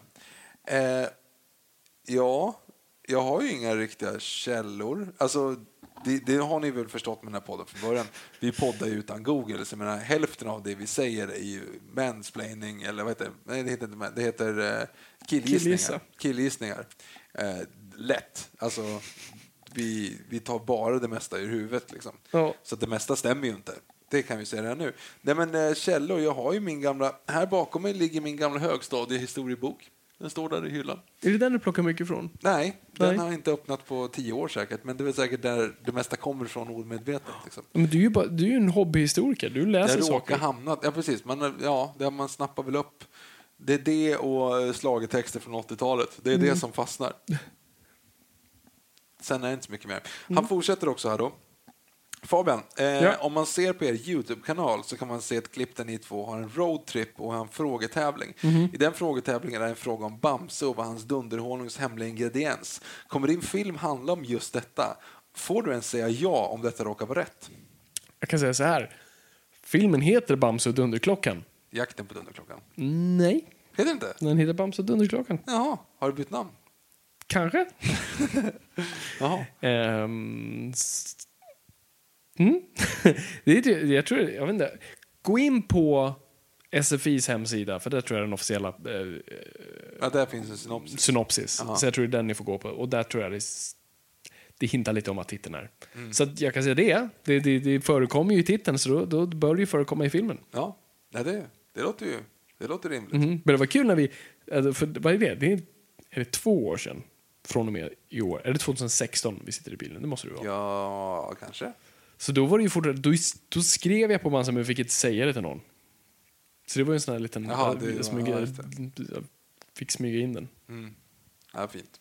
Ja, jag har ju inga riktiga källor. Alltså, det har ni väl förstått med den här podden från början. Vi poddar ju utan Google, så jag menar, hälften av det vi säger är ju mansplaining, eller vad heter det? Nej, det heter inte det heter killgissningar. Lätt. Alltså, vi tar bara det mesta ur huvudet liksom. Ja. Så att det mesta stämmer ju inte. Det kan vi säga redan nu. Nej, men källor, jag har ju min gamla... Här bakom mig ligger min gamla högstadiehistoriebok. Den står där i hyllan. Är det den du plockar mycket från? Nej, den har jag inte öppnat på 10 år säkert. Men det är väl säkert där det mesta kommer från ordmedvetet. Liksom. Men du är ju en hobbyhistoriker. Du läser saker. Ja, precis. Man snappar väl upp. Det är det och slagetexter från 80-talet. Det är det som fastnar. Sen är det inte så mycket mer. Han fortsätter också här då. Fabian, om man ser på er YouTube-kanal så kan man se ett klipp där ni två har en roadtrip och en frågetävling. I den frågetävlingen är det en fråga om Bamse och vad hans dunderhonungs hemliga ingrediens. Kommer din film handla om just detta? Får du ens säga ja om detta råkar vara rätt? Jag kan säga så här. Filmen heter Bamse och Dunderklockan. Jakten på Dunderklockan? Nej. Heter det inte? Den heter Bamse och Dunderklockan. Jaha, har du bytt namn? Kanske. Jaha. Jag vet inte. Gå in på SFIs hemsida, för där tror jag den officiella där finns en synopsis. Så jag tror det är den ni får gå på. Och där tror jag det hintar lite om vad titeln är. Så att jag kan säga det förekommer ju i titeln, så då bör det ju förekomma i filmen. Ja, det låter rimligt. Men det var kul när vi... För, vad är det? Är det 2 år sedan från och med i år? Är det 2016 vi sitter i bilen? Det måste det vara. Ja, kanske. Så då var det ju fortfarande... Då skrev jag på man som jag fick inte säga det till någon. Så det var ju en sån här liten... Jag fick smyga in den. Ja, fint.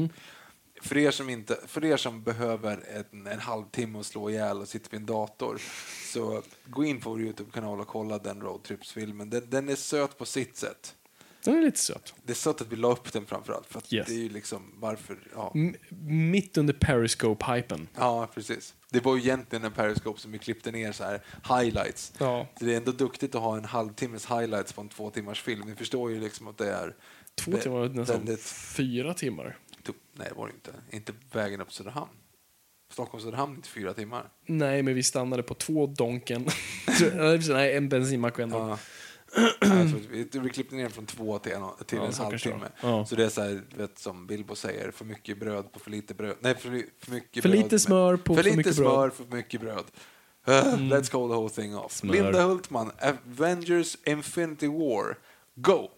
För er som behöver en halvtimme att slå ihjäl och sitta vid en dator, så gå in på vår YouTube-kanal och kolla den roadtrips-filmen. Den är söt på sitt sätt. Den är lite söt. Det är söt att vi la upp den framförallt. För att det är ju liksom, varför... Ja. Mitt under Periscope-hypen. Ja, precis. Det var ju egentligen en Periscope som vi klippte ner så här highlights. Ja. Så det är ändå duktigt att ha en halvtimmes highlights på en 2 timmars film. Ni förstår ju liksom att det är... 2 timmar, nästan 4 timmar. Nej, det var det inte. Inte vägen upp Söderhamn. Stockholm-Söderhamn inte 4 timmar. Nej, men vi stannade på 2 Donken. Nej, en bensinmack ändå. Ja. Vi klippte ner från 2 till en halvtimme. Ja. Så det är så här, vet, som Bilbo säger, för mycket bröd på för lite bröd. Nej, för mycket för bröd. Lite smör på för mycket smör för mycket bröd. Let's call the whole thing off. Smör. Linda Hultman, Avengers Infinity War. Go!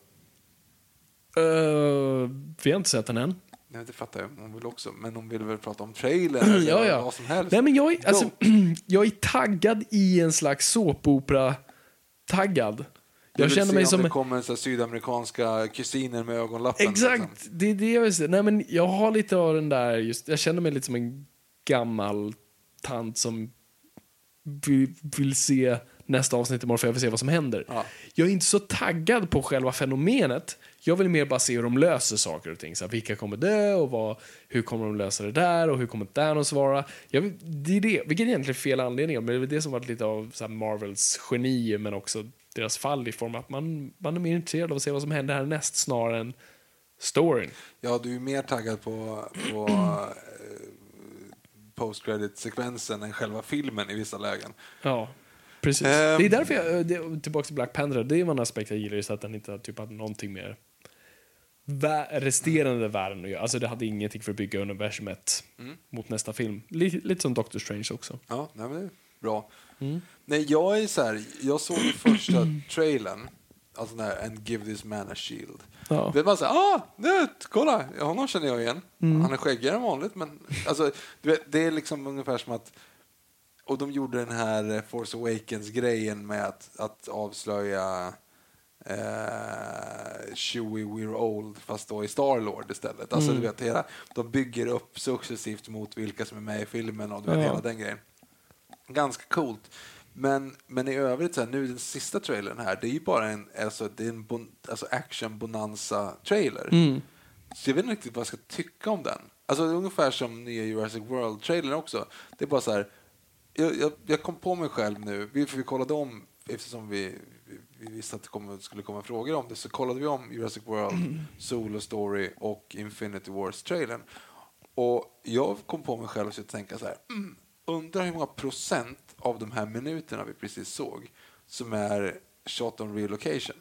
Vi har inte sett den än. Nej, det fattar jag. Hon vill också. Men hon vill väl prata om trailern eller vad som helst. Nej, men jag är taggad i en slags såpopera-taggad. Jag känner mig som... det kommer en sån sydamerikanska kusiner med ögonlappen. Exakt, liksom. det är det jag vill säga. Nej, men jag har lite av den där... jag känner mig lite som en gammal tant som vill se nästa avsnitt imorgon för jag vill se vad som händer. Ja. Jag är inte så taggad på själva fenomenet. Jag vill mer bara se hur de löser saker och ting. Så här, vilka kommer dö och hur kommer de lösa det där och hur kommer Thanos vara. Det är det, vilket är egentligen fel anledning, men det är det som varit lite av så här, Marvels geni, men också deras fall i form av att man är mer intresserad av att se vad som händer härnäst snarare än storyn. Ja, du är mer taggad på post-credit-sekvensen än själva filmen i vissa lägen. Ja, precis. Det är därför jag, tillbaka till Black Panther, det är en aspekt jag gillar, just att den inte typ hade någonting mer resterande världen att göra. Alltså det hade ingenting för att bygga universumet mot nästa film. Lite som Doctor Strange också. Ja, nej, men det är bra. Nej, jag är så här, jag såg den första trailern, alltså den här And Give This Man a Shield. Ja. Det var så här, kolla, honom känner jag igen. Han är skäggigare än vanligt, men alltså, du vet, det är liksom ungefär som att, och de gjorde den här Force Awakens-grejen med att avslöja Chewie We're Old, fast då i Star-Lord istället. Alltså du vet, de bygger upp successivt mot vilka som är med i filmen och du vet, hela den grejen. Ganska coolt. Men i övrigt så här, nu den sista trailern här, det är ju bara en action bonanza trailer. Så jag vet inte riktigt vad jag ska tycka om den. Alltså ungefär som nya Jurassic World trailern också. Det är bara så här, jag kom på mig själv nu, vi kollade om, eftersom vi visste att det skulle komma frågor om det, så kollade vi om Jurassic World, Solo Story och Infinity Wars trailern. Och jag kom på mig själv och tänkte så här, undrar hur många procent av de här minuterna vi precis såg som är shot on real location.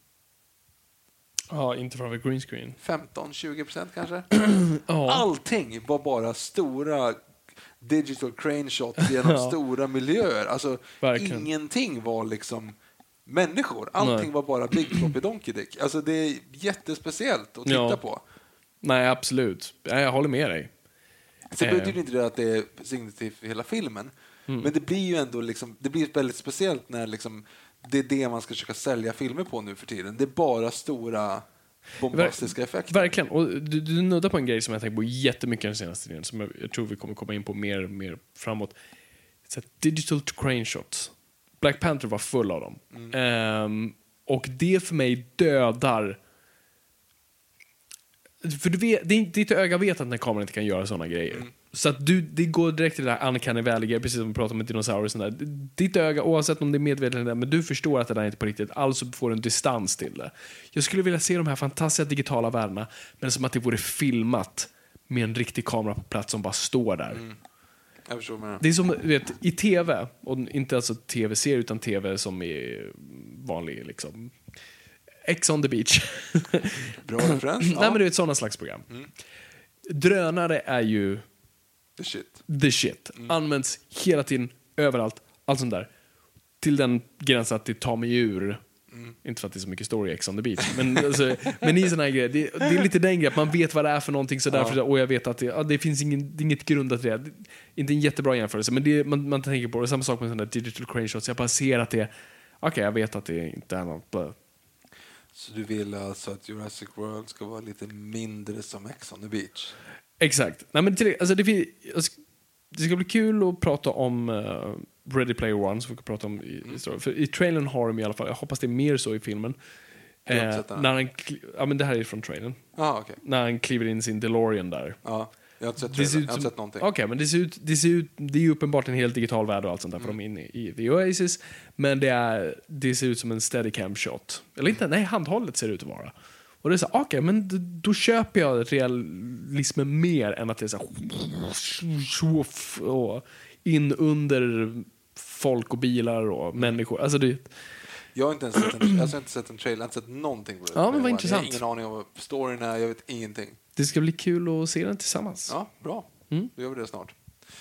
Ja, inte från en green screen. 15-20% kanske. Allting var bara stora digital crane shots genom stora miljöer. Alltså ingenting var liksom människor. Allting var bara Big Floppy Donkey Dick. Alltså det är jättespeciellt att titta på. Nej, absolut. Jag håller med dig. Så det betyder inte det att det är signifikativt för hela filmen. Men det blir ju ändå liksom, det blir väldigt speciellt när liksom, det är det man ska försöka sälja filmer på nu för tiden. Det är bara stora bombastiska effekter. Verkligen. Och du nuddar på en grej som jag tänkt på jättemycket den senaste tiden, som jag tror vi kommer komma in på mer framåt. Så digital crane shots. Black Panther var full av dem. Och det för mig dödar. För ditt öga vet att när kameran inte kan göra såna grejer. Så att det går direkt till det där uncanny valley, precis som vi pratade om med dinosaurier där. Ditt öga, oavsett om det är medvetet eller inte, men du förstår att det där är inte på riktigt, alltså får en distans till det. Jag skulle vilja se de här fantastiska digitala värdena, men som att det vore filmat med en riktig kamera på plats som bara står där. Jag förstår med det. Det är som, du vet, i tv, och inte alltså tv-serie utan tv som är vanlig liksom Ex on the beach. Bra referens. Nej, men det är ett sådana slags program. Drönare är ju the shit. Används hela tiden, överallt, allt sånt där. Till den gränsen att det tar mig ur. Inte för att det är så mycket story Ex on the beach. Men i såna här grejer, det är lite den grejen, man vet vad det är för någonting, så därför, och jag vet att det finns inget grundat till det. Inte en jättebra jämförelse, men man tänker på det. Samma sak med sådana där digital crane shots. Jag bara ser att det är, okej, jag vet att det inte är något. Så du vill alltså att Jurassic World ska vara lite mindre som Ex on the beach? Exakt. Nej, men alltså det ska bli kul att prata om Ready Player One, som vi kan prata om för i trailern har de i alla fall, jag hoppas det är mer så i filmen. När men det här är från trailern. Okay. När han kliver in sin DeLorean där. Ja, jag har inte sett trailern. Jag har inte sett någonting. Okej, men det ser ut, det är ju uppenbart en helt digital värld och allt sånt där, för de är inne i The Oasis, men det ser ut som en steadicam shot. Eller inte, nej, handhållet ser det ut att vara. Och det är så okej, men då köper jag realismen mer än att det är så och in under folk och bilar och människor. Alltså jag har inte ens sett en trailer, jag har inte sett någonting på det. Ja, men vad intressant. Jag har ingen aning om storyn är, jag vet ingenting. Det ska bli kul att se den tillsammans. Ja, bra. Då gör vi det snart.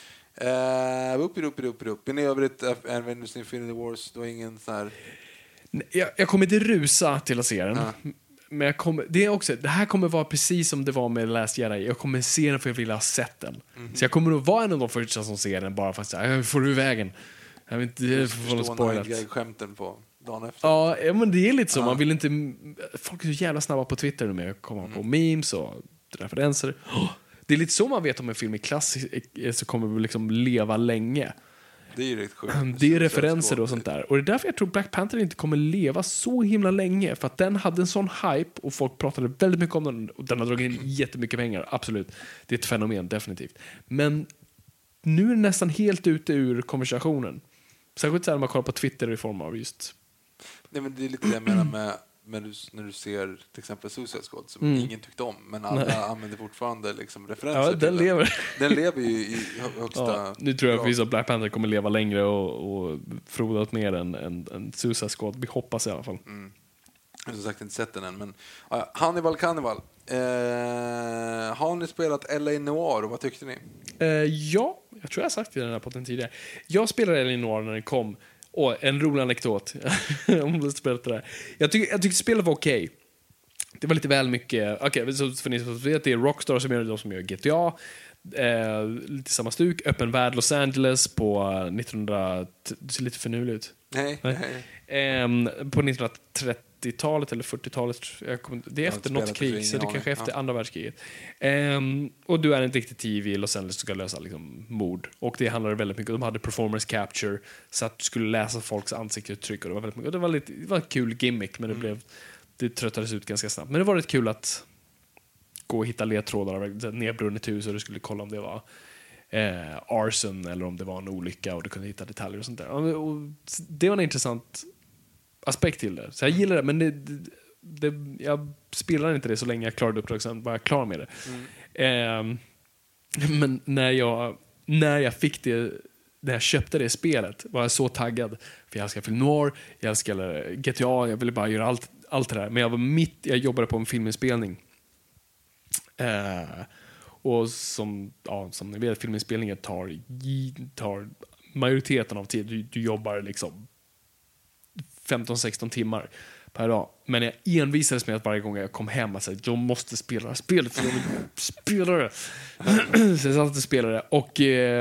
Upp. Men i övrigt, Avengers Infinity Wars, då är ingen så här... Jag kommer inte rusa till att se den. Men det här kommer vara precis som det var med Last Jedi. Jag kommer se den för jag vill ha sett den. Så jag kommer nog vara en av de första som ser den, bara för att säga, får du vägen. Jag vill inte få spoilat. Skämten på dagen efter. Ja, men det är lite så. Man vill inte... Folk är så jävla snabba på Twitter nu med att komma på memes och referenser. Det är lite så man vet om en film är klassisk, så kommer vi liksom leva länge. Det är ju riktigt sjukt. Det är referenser och sånt där. Och det är därför jag tror Black Panther inte kommer leva så himla länge. För att den hade en sån hype och folk pratade väldigt mycket om den. Och den har dragit in jättemycket pengar, absolut. Det är ett fenomen, definitivt. Men nu är den nästan helt ute ur konversationen. Särskilt så här när man kollar på Twitter i form av just... Nej, men det är lite det jag menar med när du ser till exempel Suicide Squad som ingen tyckte om, men alla använder fortfarande liksom referenser. Ja, den lever. Den lever ju i högsta... Ja, nu tror jag att vissa Black Panther kommer leva längre och frodat mer än Suicide Squad. Vi hoppas i alla fall. Jag har som sagt inte sett den än, men Hannibal Cannibal. Har ni spelat LA Noire och vad tyckte ni? Ja, jag tror jag har sagt det i den här podden tidigare. Jag spelade LA Noire när den kom. En rolig anekdot. Jag tyckte spelet var okej. Det var lite väl mycket. Okej, så för ni som vet, det är Rockstar som gör de som gör GTA. Lite samma stuk. Öppen värld Los Angeles på 1900... Det ser lite förnuligt ut. Nej. På 1930-talet eller 40-talet. Det är efter något krig, så det kanske är efter andra världskriget. Och du är en detektiv i Los Angeles som ska lösa liksom, mord. Och det handlade väldigt mycket. De hade performance capture så att du skulle läsa folks ansiktsuttryck. Och det var väldigt mycket. Det var en kul gimmick, men det tröttades ut ganska snabbt. Men det var rätt kul att gå och hitta ledtrådar, nedbrunnet hus, och du skulle kolla om det var arson eller om det var en olycka, och du kunde hitta detaljer och sånt där. Och det var en intressant aspekt till det. Så jag gillar det, men jag spelar inte det så länge jag klarade uppdrag, sen var jag klar med det. Men när jag fick det, när jag köpte det spelet, var jag så taggad, för jag älskar film noir, jag älskar GTA, jag ville bara göra allt det där. Men jag jobbade på en filminspelning. Och som ni vet, filminspelningen tar majoriteten av tid. Du jobbar liksom 15-16 timmar per dag. Men jag envisades med att varje gång jag kom hem att jag måste spela det här spelet, för jag vill spela det. Så jag satt och spelade. Och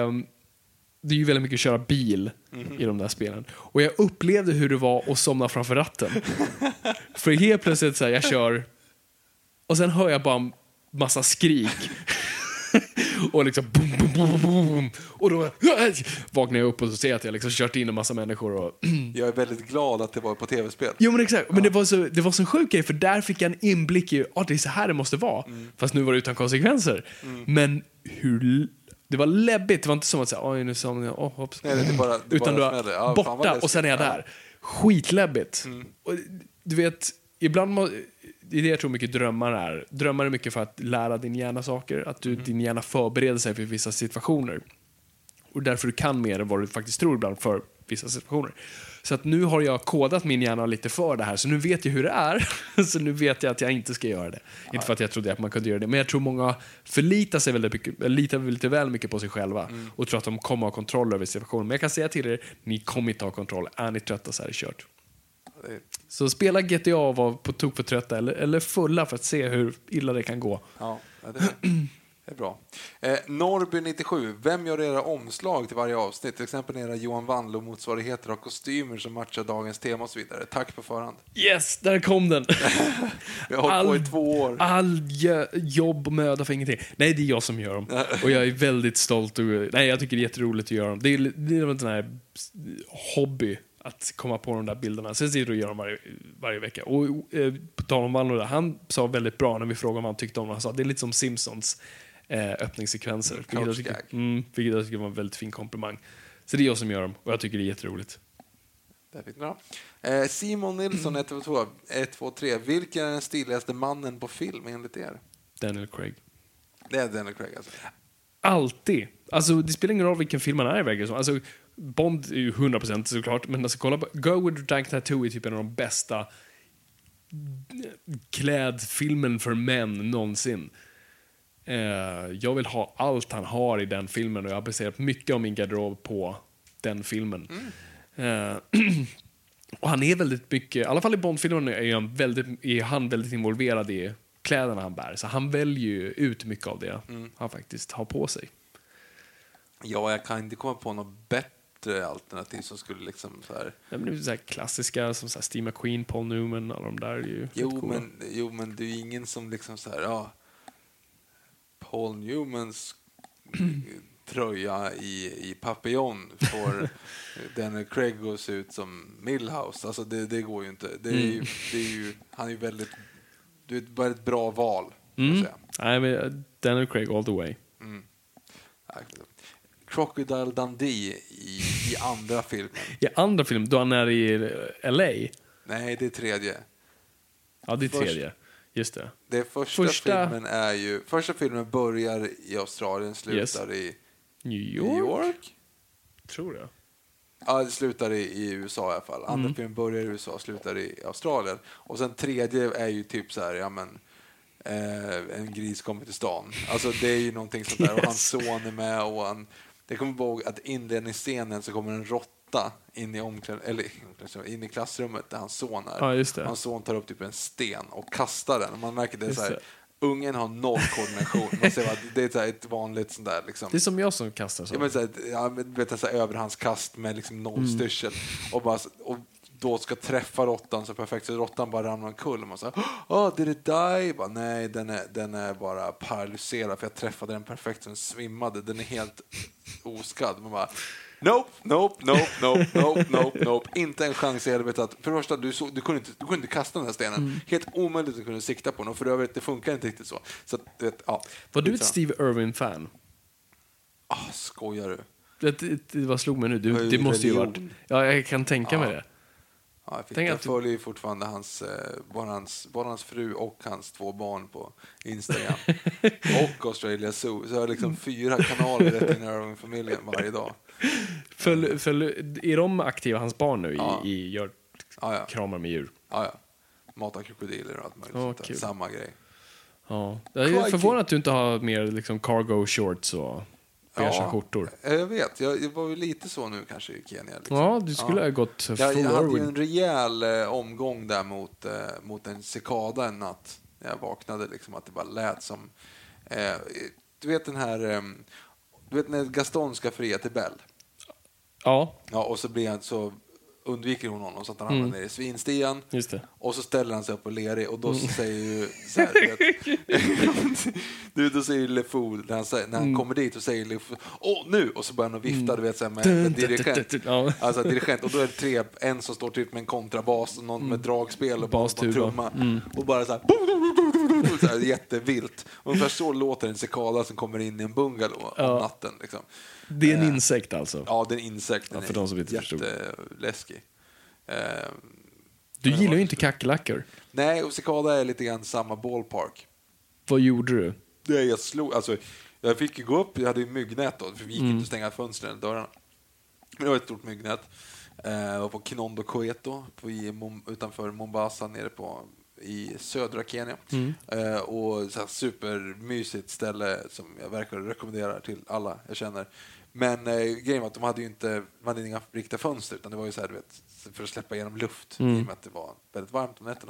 det är ju väldigt mycket att köra bil i de där spelen. Och jag upplevde hur det var att somna framför ratten. För helt plötsligt så här, jag kör, och sen hör jag bara massa skrik. Och liksom boom, boom, boom, boom. Och då vaknar jag upp och så ser jag att jag liksom kört in en massa människor. Och jag är väldigt glad att det var på tv-spel. Jo, men exakt. Men det var så sjuk grej, för där fick jag en inblick i det är så här det måste vara. Fast nu var det utan konsekvenser. Men det var läbbigt. Det var inte som att säga, oj, nu sa jag, hopps. Nej, det bara utan du var borta och sen är jag där. Skitläbbigt. Och du vet, ibland det är det jag tror mycket drömmar är. Drömmar är mycket för att lära din hjärna saker. Att din hjärna förbereder sig för vissa situationer. Och därför du kan mer än vad du faktiskt tror ibland för vissa situationer. Så att nu har jag kodat min hjärna lite för det här. Så nu vet jag hur det är. Så nu vet jag att jag inte ska göra det. Inte för att jag trodde att man kunde göra det. Men jag tror många förlitar sig väldigt mycket, litar lite väl mycket på sig själva. Och tror att de kommer ha kontroll över situationen. Men jag kan säga till er, ni kommer inte ha kontroll. Är ni trötta så är det kört. Så spela GTA och var på tok för trötta eller fulla för att se hur illa det kan gå. Ja, det är bra. Norby 97, vem gör era omslag till varje avsnitt? Till exempel era Johan Wanlo-motsvarigheter och kostymer som matchar dagens tema och så vidare. Tack på förhand. Yes, där kom den. Vi har hållit på i 2 år. All jobb och möda för ingenting. Nej, det är jag som gör dem. Och jag är väldigt stolt. Jag tycker det är jätteroligt att göra dem. Det är en sån här hobby att komma på de där bilderna. Sen sitter du och gör dem varje vecka. Och på tal om Wanlo, han sa väldigt bra när vi frågade vad han tyckte om det. Han sa det är lite som Simpsons öppningssekvenser. Vilket jag tycker var en väldigt fin komplimang. Så det är jag som gör dem. Och jag tycker det är jätteroligt. Det är bra. Simon Nilsson 123. Vilken är den stiligaste mannen på film enligt er? Daniel Craig. Det är Daniel Craig alltså. Alltid. Alltså det spelar ingen roll vilken film man är i vägen. Alltså Bond är ju 100% såklart, men alltså kolla på Go with the Dank Tattoo är typ en av de bästa klädfilmen för män någonsin. Jag vill ha allt han har i den filmen, och jag har baserat mycket av min garderob på den filmen. Och han är väldigt mycket, i alla fall i Bond-filmen är han väldigt involverad i kläderna han bär, så han väljer ju ut mycket av det han faktiskt har på sig. Ja, jag kan inte komma på något bättre alternativ som skulle liksom så här... Ja, men det är så här klassiska som så här Steve McQueen, Paul Newman, alla de där är ju Jo, men det är ju ingen som liksom så här, Paul Newmans tröja i papillon får Daniel Craig gå se ut som Milhouse. Alltså det går ju inte. Det är ju, han är ju väldigt, det är bara ett bra val. Nej, men Daniel Craig all the way. Crocodile Dundee i andra filmen. I andra filmen, då han är i LA? Nej, det är tredje. Ja, det är tredje. Just det. Det första filmen är ju... Första filmen börjar i Australien, slutar i New New York. Tror jag. Ja, det slutar i USA i alla fall. Andra filmen börjar i USA, slutar i Australien. Och sen tredje är ju typ så här, ja men... en gris kommer till stan. Alltså det är ju någonting sånt där. Och hans son är med och det kommer ihåg att inledningsscenen så kommer en råtta in i klassrummet där hans son är. Ja, just det. Hans son tar upp typ en sten och kastar den. Och man märker det så här. Ungen har noll koordination. Man ser att det är så här ett vanligt sånt där liksom. Det är som jag som kastar så. Ja, men så här, vet så här överhandskast med liksom noll styrsel och då ska träffa råttan så perfekt så råttan bara ramlar omkull och man säger did it die? Bara, nej, den är bara paralyserad för jag träffade den perfekt så den svimmade. Den är helt oskadd. Man bara nope. Inte en chans i helvete att för det första du kunde inte kasta den här stenen. Helt omöjligt att kunna sikta på den och för övrigt det funkar inte riktigt så. Så att, var du ett Steve Irwin-fan? Skojar du? Det var slog mig nu. Det måste ju varit. Ja, jag kan tänka mig det. Ja, jag följer ju fortfarande både hans fru och hans 2 barn på Instagram och Australia Zoo. Så jag har liksom 4 kanaler rätt in i Irwin-familjen varje dag. Är de aktiva, hans barn nu, gör kramar med djur? Ja. Matar krokodiler och allt möjligt. Samma grej. Ja. Jag är förvånad att du inte har mer liksom cargo shorts och beige skjortor. Jag vet. Jag var ju lite så nu kanske i Kenya. Liksom. Ja, du skulle ha gått full Jag hade ju en rejäl omgång där mot en cikada en natt. Jag vaknade liksom att det bara lät som... du vet den här... du vet när Gaston ska fria till Bell? Ja. Ja, och så blir han så... undviker hon honom så att han hamnar ner i svinstian. Just det. Och så ställer han sig upp och ler och då säger ju så här, då säger ju LeFou när han kommer dit och säger LeFou, nu! Och så börjar han vifta du vet, så här, med dirigent. Alltså dirigent. Och då är det 3, en som står typ med en kontrabas och någon med dragspel och en trumma. Och bara så här jättevilt. Ungefär så låter en cikada som kommer in i en bungalow om natten liksom. Det är en insekt alltså? Ja, det är en insekt. Den för de som inte jätteläskig. Du gillar ju inte kackerlackor. Nej, och cikada är lite grann samma ballpark. Vad gjorde du? Jag slog, alltså jag fick ju gå upp, jag hade ju myggnät då, för vi gick inte att stänga fönstren eller dörrarna. Men det var ett stort myggnät. Jag var på Kinondo Koeto utanför Mombasa nere i södra Kenya. Och så här supermysigt ställe som jag verkligen rekommenderar till alla jag känner. Men grejen var att de hade inga riktiga fönster utan det var ju så här, du vet, för att släppa igenom luft i och med att det var väldigt varmt om nätterna.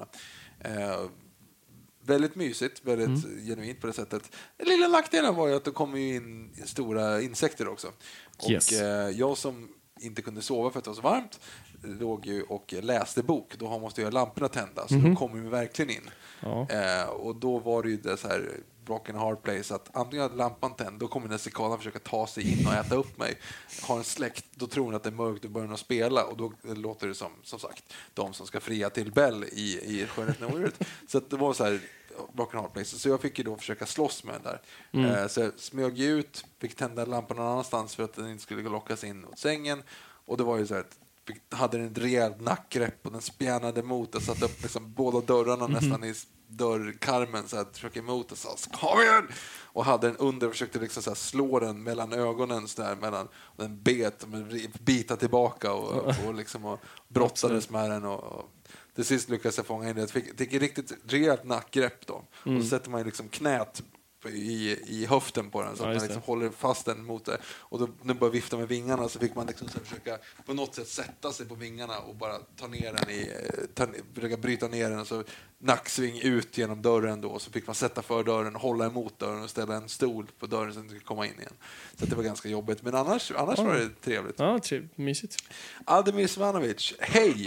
Väldigt mysigt, väldigt genuint på det sättet. Den lilla nackdelen var ju att det kom ju in stora insekter också. Och jag som inte kunde sova för att det var så varmt låg ju och läste bok. Då måste jag lamporna tända så då kom ju verkligen in. Och då var det ju det så här broken hard place att antingen hade lampan tänd, då kommer den här cikadan försöka ta sig in och äta upp mig. Har en släkt, då tror hon att det är mörkt och börjar spela och då låter det som sagt de som ska fria till Bell i Skönheten och odjuret. Så att det var så här broken hard place. Så jag fick ju då försöka slåss med den där. Så jag smög ut, fick tända lampan någon annanstans för att den inte skulle lockas in mot sängen. Och det var ju så här hade en rejäl nackgrepp och den spjärnade emot och satte upp liksom båda dörrarna nästan i dörrkarmen så att försöka emot och sa kom igen! Och hade den under och försökte liksom så här slå den mellan ögonen så där, mellan den bita tillbaka och liksom och brottades med den och till sist lyckades jag fånga in det. Jag fick ett riktigt rejält nackgrepp då. Och så sätter man liksom knät i höften på den så att man liksom håller fast den mot det. Och då när började vifta med vingarna så fick man liksom så försöka på något sätt sätta sig på vingarna och bara ta ner den försöka bryta ner den och så nacksving ut genom dörren då och så fick man sätta för dörren och hålla emot dörren och ställa en stol på dörren så att den skulle komma in igen. Så det var ganska jobbigt men annars var det trevligt. Ja, mysigt. Ademir Svanovic, hej!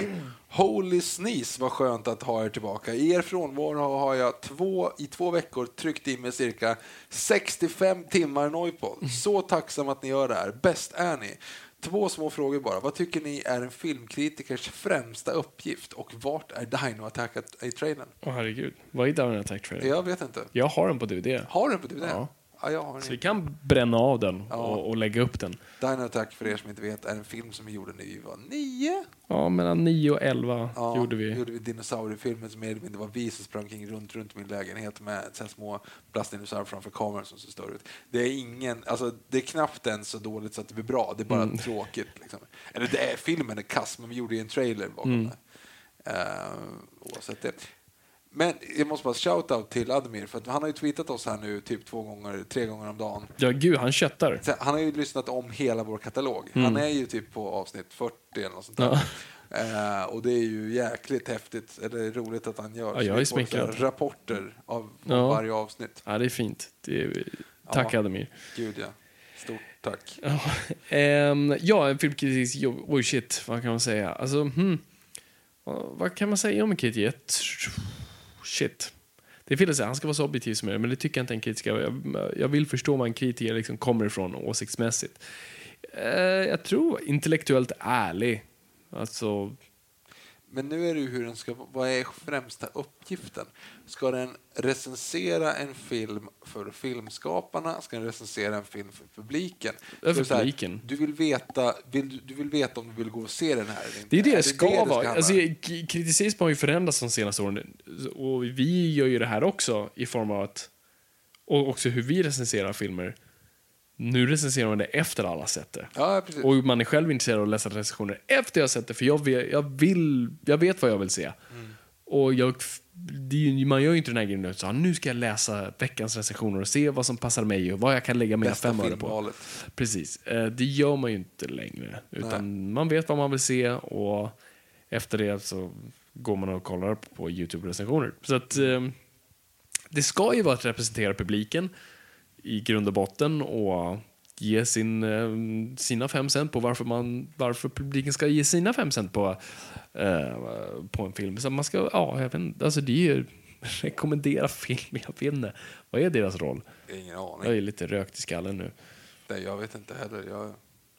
Holy sneeze, vad skönt att ha er tillbaka. I er frånvaro har jag i 2 veckor tryckt in med cirka 65 timmar Noipod. Så tacksam att ni gör det här. Bäst är ni. 2 små frågor bara. Vad tycker ni är en filmkritikers främsta uppgift? Och vart är Dino Attack i trailern? Herregud, vad är Dino Attack-trailern? Jag vet inte. Jag har den på DVD. Har du den på DVD? Ja. Ja, jag har den. Så vi kan bränna av den och lägga upp den. Dino Attack, för er som inte vet, är en film som vi gjorde när vi var 9. Ja, mellan 9 och 11 gjorde vi dinosauriefilmen som det var vi som sprang kring runt min lägenhet med så små plastdinosaurier framför kameran som ser större ut. Det är knappt ens så dåligt så att det blir bra. Det är bara tråkigt. Liksom. Eller filmen är kass, men vi gjorde ju en trailer bakom det. Oavsett det. Men jag måste bara shout-out till Admir, för att han har ju tweetat oss här nu typ 3 gånger om dagen. Ja, gud, han köttar. Så han har ju lyssnat om hela vår katalog. Han är ju typ på avsnitt 40 eller något sånt där. Ja. Och det är ju jäkligt häftigt, eller roligt att han gör. Ja, jag är smickrad. Rapporter av varje avsnitt. Ja, det är fint. Tack, Admir. Gud, ja. Stort tack. En filmkritisk jobb. Oj, shit, vad kan man säga? Alltså, vad kan man säga om en kritik? Shit. Det är fel att säga, han ska vara så objektiv som möjligt, men det tycker jag inte en kritiker. Jag vill förstå vad en kritiker liksom kommer ifrån åsiktsmässigt. Jag tror intellektuellt ärlig. Alltså... Men nu är det ju hur den ska... Vad är främsta uppgiften? Ska den recensera en film för filmskaparna? Ska den recensera en film för publiken? För publiken. Du vill veta om du vill gå och se den här eller inte. Det är det ska vara. Alltså, kriticism har ju förändrats de senaste åren. Och vi gör ju det här också i form av att... Och också hur vi recenserar filmer. Nu recenserar man det efter alla sett det. Ja, precis. Och man är själv intresserad av att läsa recensioner efter jag har sett det. För jag vet vad jag vill se. Och man gör ju inte den här grejen nu. Så nu ska jag läsa veckans recensioner och se vad som passar mig och vad jag kan lägga mina 5 öre på. Precis. Det gör man ju inte längre. Utan man vet vad man vill se och efter det så går man och kollar på YouTube-recensioner. Så att det ska ju vara att representera publiken i grund och botten och ge sina 5 cent på varför publiken ska ge sina 5 cent på en film. Så man ska, jag vet inte, alltså det är ju rekommendera film, jag vet inte. Vad är deras roll? Ingen aning. Jag är lite rökt i skallen nu. Nej, jag vet inte heller.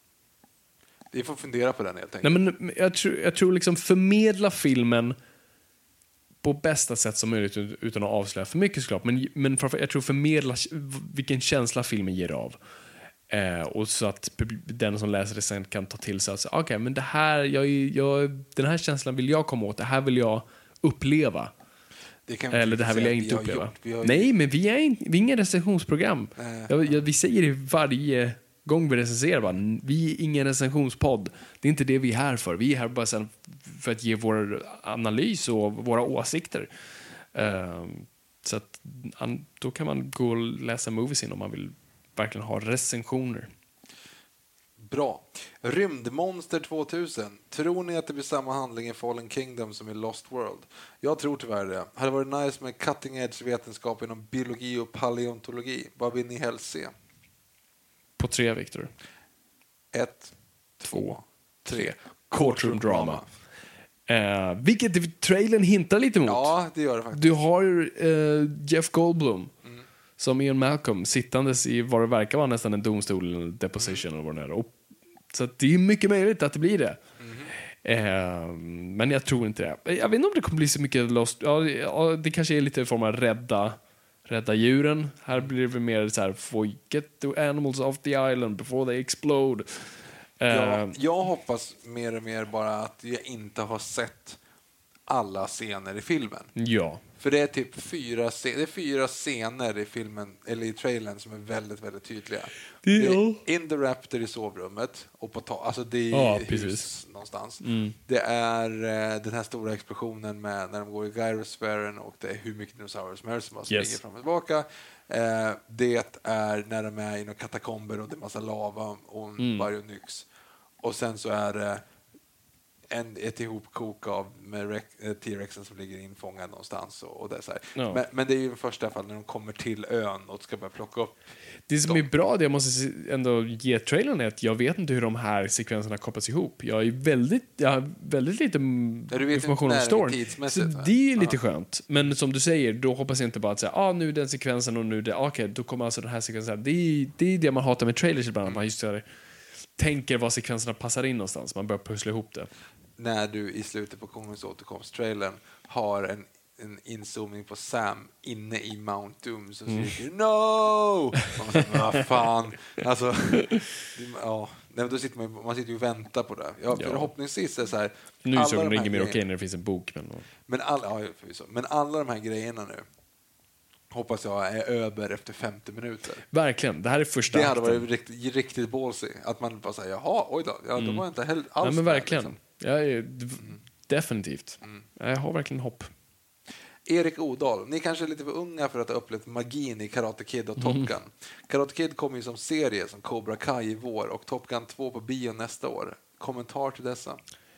Vi får fundera på den helt enkelt. Nej, men jag tror liksom förmedla filmen på bästa sätt som möjligt utan att avslöja för mycket såklart. Men jag tror förmedla vilken känsla filmen ger av. Och så att den som läser det sen kan ta till sig att okej, men det här, den här känslan vill jag komma åt. Det här vill jag uppleva. Eller det här vill jag inte uppleva. Nej, men vi är ingen recensionsprogram. Vi säger det varje gång vi recenserar. Bara, vi är ingen recensionspodd. Det är inte det vi är här för. Vi är här bara sen för att ge vår analys och våra åsikter. Så att då kan man gå och läsa Moviesin om man vill verkligen ha recensioner. Bra. Rymdmonster 2000. Tror ni att det blir samma handling i Fallen Kingdom som i Lost World? Jag tror tyvärr det. Hade varit nice med cutting edge vetenskap inom biologi och paleontologi. Vad vill ni helst se? På 3, Victor. 1, 2, 3. Courtroom drama. Vilket trailern hintar lite mot. Ja, det gör det faktiskt. Du har Jeff Goldblum som Ian Malcolm sittandes i vad det verkar vara nästan en domstol eller deposition eller vad det är. Och, så att det är mycket möjligt att det blir det. Men jag tror inte det. Jag vet inte om det kommer bli så mycket Lost. Ja, det kanske är lite i form av rädda djuren. Här blir det mer så här, get the animals off the island before they explode. Jag hoppas mer och mer bara att jag inte har sett alla scener i filmen. Ja. För det är typ 4 scener i filmen eller i trailern som är väldigt, väldigt tydliga. Det är in the Raptor i sovrummet och på alltså det är hus någonstans. Det är den här stora explosionen med när de går i gyrosfären och det är hur mycket dinosaurier som helst som bara springer fram och tillbaka. Det är när de är i några katakomber och det är massa lava och en varg och nyx. Och sen så är det ett ihopkok av med T-Rexen som ligger infångad någonstans och det är så här. Ja. Men det är ju i första fall när de kommer till ön och ska börja plocka upp. Det som är bra, det jag måste ändå ge trailern är att jag vet inte hur de här sekvenserna kopplas ihop. Jag har väldigt lite information om storyn. Så det är lite skönt. Men som du säger, då hoppas jag inte bara att säga nu är den sekvensen och nu det. Okej, då kommer alltså den här sekvensen. Det är det man hatar med trailers ibland. Man just tänker var sekvenserna passar in någonstans. Man börjar pussla ihop det. När du i slutet på Konungens återkomst-trailern har en inzoomning på Sam inne i Mount Doom så skriker no! Vad fan? Alltså, ja. Då sitter man sitter ju och väntar på det. Förhoppningsvis är det så här. Nu är så ringer mer okej när det finns en bok. Men alla de här grejerna nu hoppas jag är över efter 50 minuter. Verkligen, det här är första akten. Det hade varit riktigt ballsy. Att man bara säger, jaha, oj då. Ja, då var inte alls. Ja, men verkligen. Definitivt. Jag har verkligen hopp. Erik Odal, ni kanske är lite för unga för att ha upplevt magin i Karate Kid och Top Gun. Karate Kid kommer ju som serie som Cobra Kai i vår och Top Gun 2 på bio nästa år. Kommentar till dessa?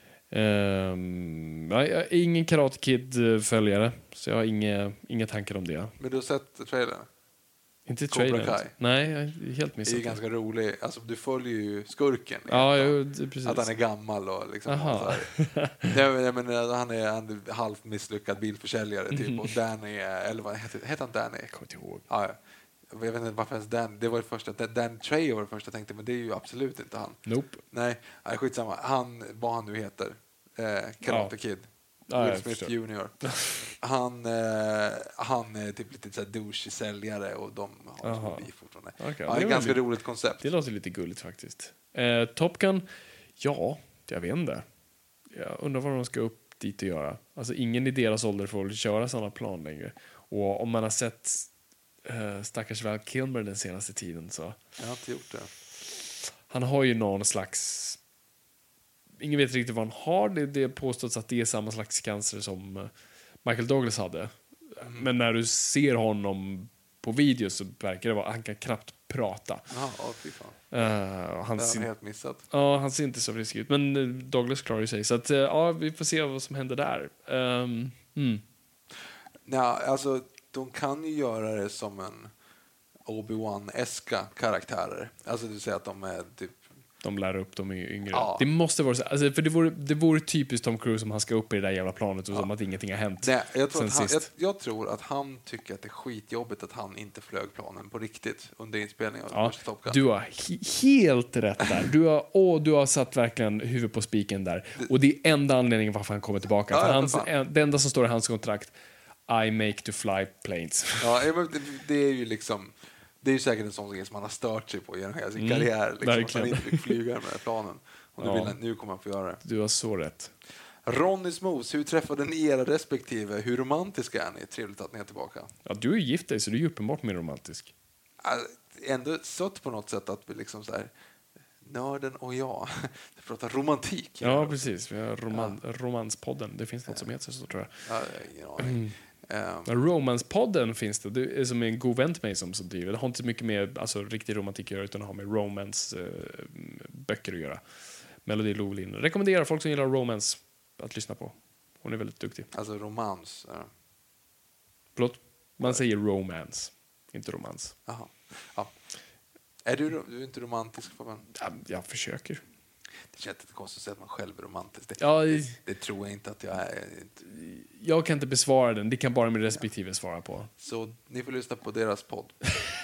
Jag är ingen Karate Kid-följare, så jag har inga tankar om det. Men du har sett trailern? Inte trailern. Nej, jag är helt missat. Det är ganska rolig. Alltså, du följer ju skurken. Precis. Att han är gammal och liksom. Jag menar, han är halvt misslyckad bilförsäljare typ. Och Danny, eller vad heter han Danny? Jag kommer inte ihåg. Ja, jag vet inte varför ens Dan. Det var det första. Dan Trejo var det första jag tänkte, men det är ju absolut inte han. Nope. Nej, skitsamma. Vad han nu heter. Karate Kid. Will Smith Jr. Han är typ lite så här douchey säljare och de har så beef fortfarande. Okay, det är ett ganska roligt koncept. Det låter lite gulligt faktiskt. Top Gun, jag vet inte. Jag undrar vad de ska upp dit och göra. Alltså ingen i deras ålder får köra sådana plan längre. Och om man har sett stackars Val Kilmer den senaste tiden så... Jag har inte gjort det. Han har ju någon slags... Ingen vet riktigt vad han har. Det påstås att det är samma slags cancer som Michael Douglas hade. Men när du ser honom på video så verkar det vara han kan knappt prata. Fy fan. Han det har helt missat. Ja, han ser inte så frisk ut. Men Douglas klarar ju sig. Så att, vi får se vad som händer där. Alltså, de kan ju göra det som en Obi-Wan-eska karaktärer. Alltså du säger att de är typ... De lär upp dem yngre. Ja. Det måste vara så. Alltså, för det vore typiskt Tom Cruise om han ska upp i det där jävla planet och som att ingenting har hänt. Nej, jag tror att han tycker att det är skitjobbigt att han inte flög planen på riktigt under inspelningen av Top Gun. Du har helt rätt där. Du har satt verkligen huvudet på spiken där. Och det är enda anledningen varför han kommer tillbaka. För det enda som står i hans kontrakt, I make to fly planes. Ja, det är ju liksom... Det är ju säkert en sån grej som man har stört sig på genom hela sin karriär. Liksom, att man inte fick flyga med den här planen. Och nu kommer man få göra det. Du har så rätt. Ronny Smoos, hur träffade ni era respektive? Hur romantiska är ni? Trevligt att ni är tillbaka. Ja, du är gift dig, så du är ju uppenbart mer romantisk. Ändå sött på något sätt att vi liksom så här... Nörden och jag pratar romantik. Ja, precis. Vi har romanspodden. Det finns något som heter så, tror jag. Ja, ingen aning. Romance-podden finns det är som en god vän till mig som driver. Det har inte så mycket med riktig romantik att göra utan det har med romance-böcker att göra. Melody Lovelin rekommenderar folk som gillar romance att lyssna på. Hon är väldigt duktig. Alltså romans? Förlåt? Man säger romance, inte romans. Jaha. Ja. Är du inte romantisk? Jag försöker. Det känns lite konstigt att säga att man själv är romantisk. Det tror jag inte att jag är. Jag kan inte besvara den. Det kan bara min respektive svara på. Så ni får lyssna på deras podd.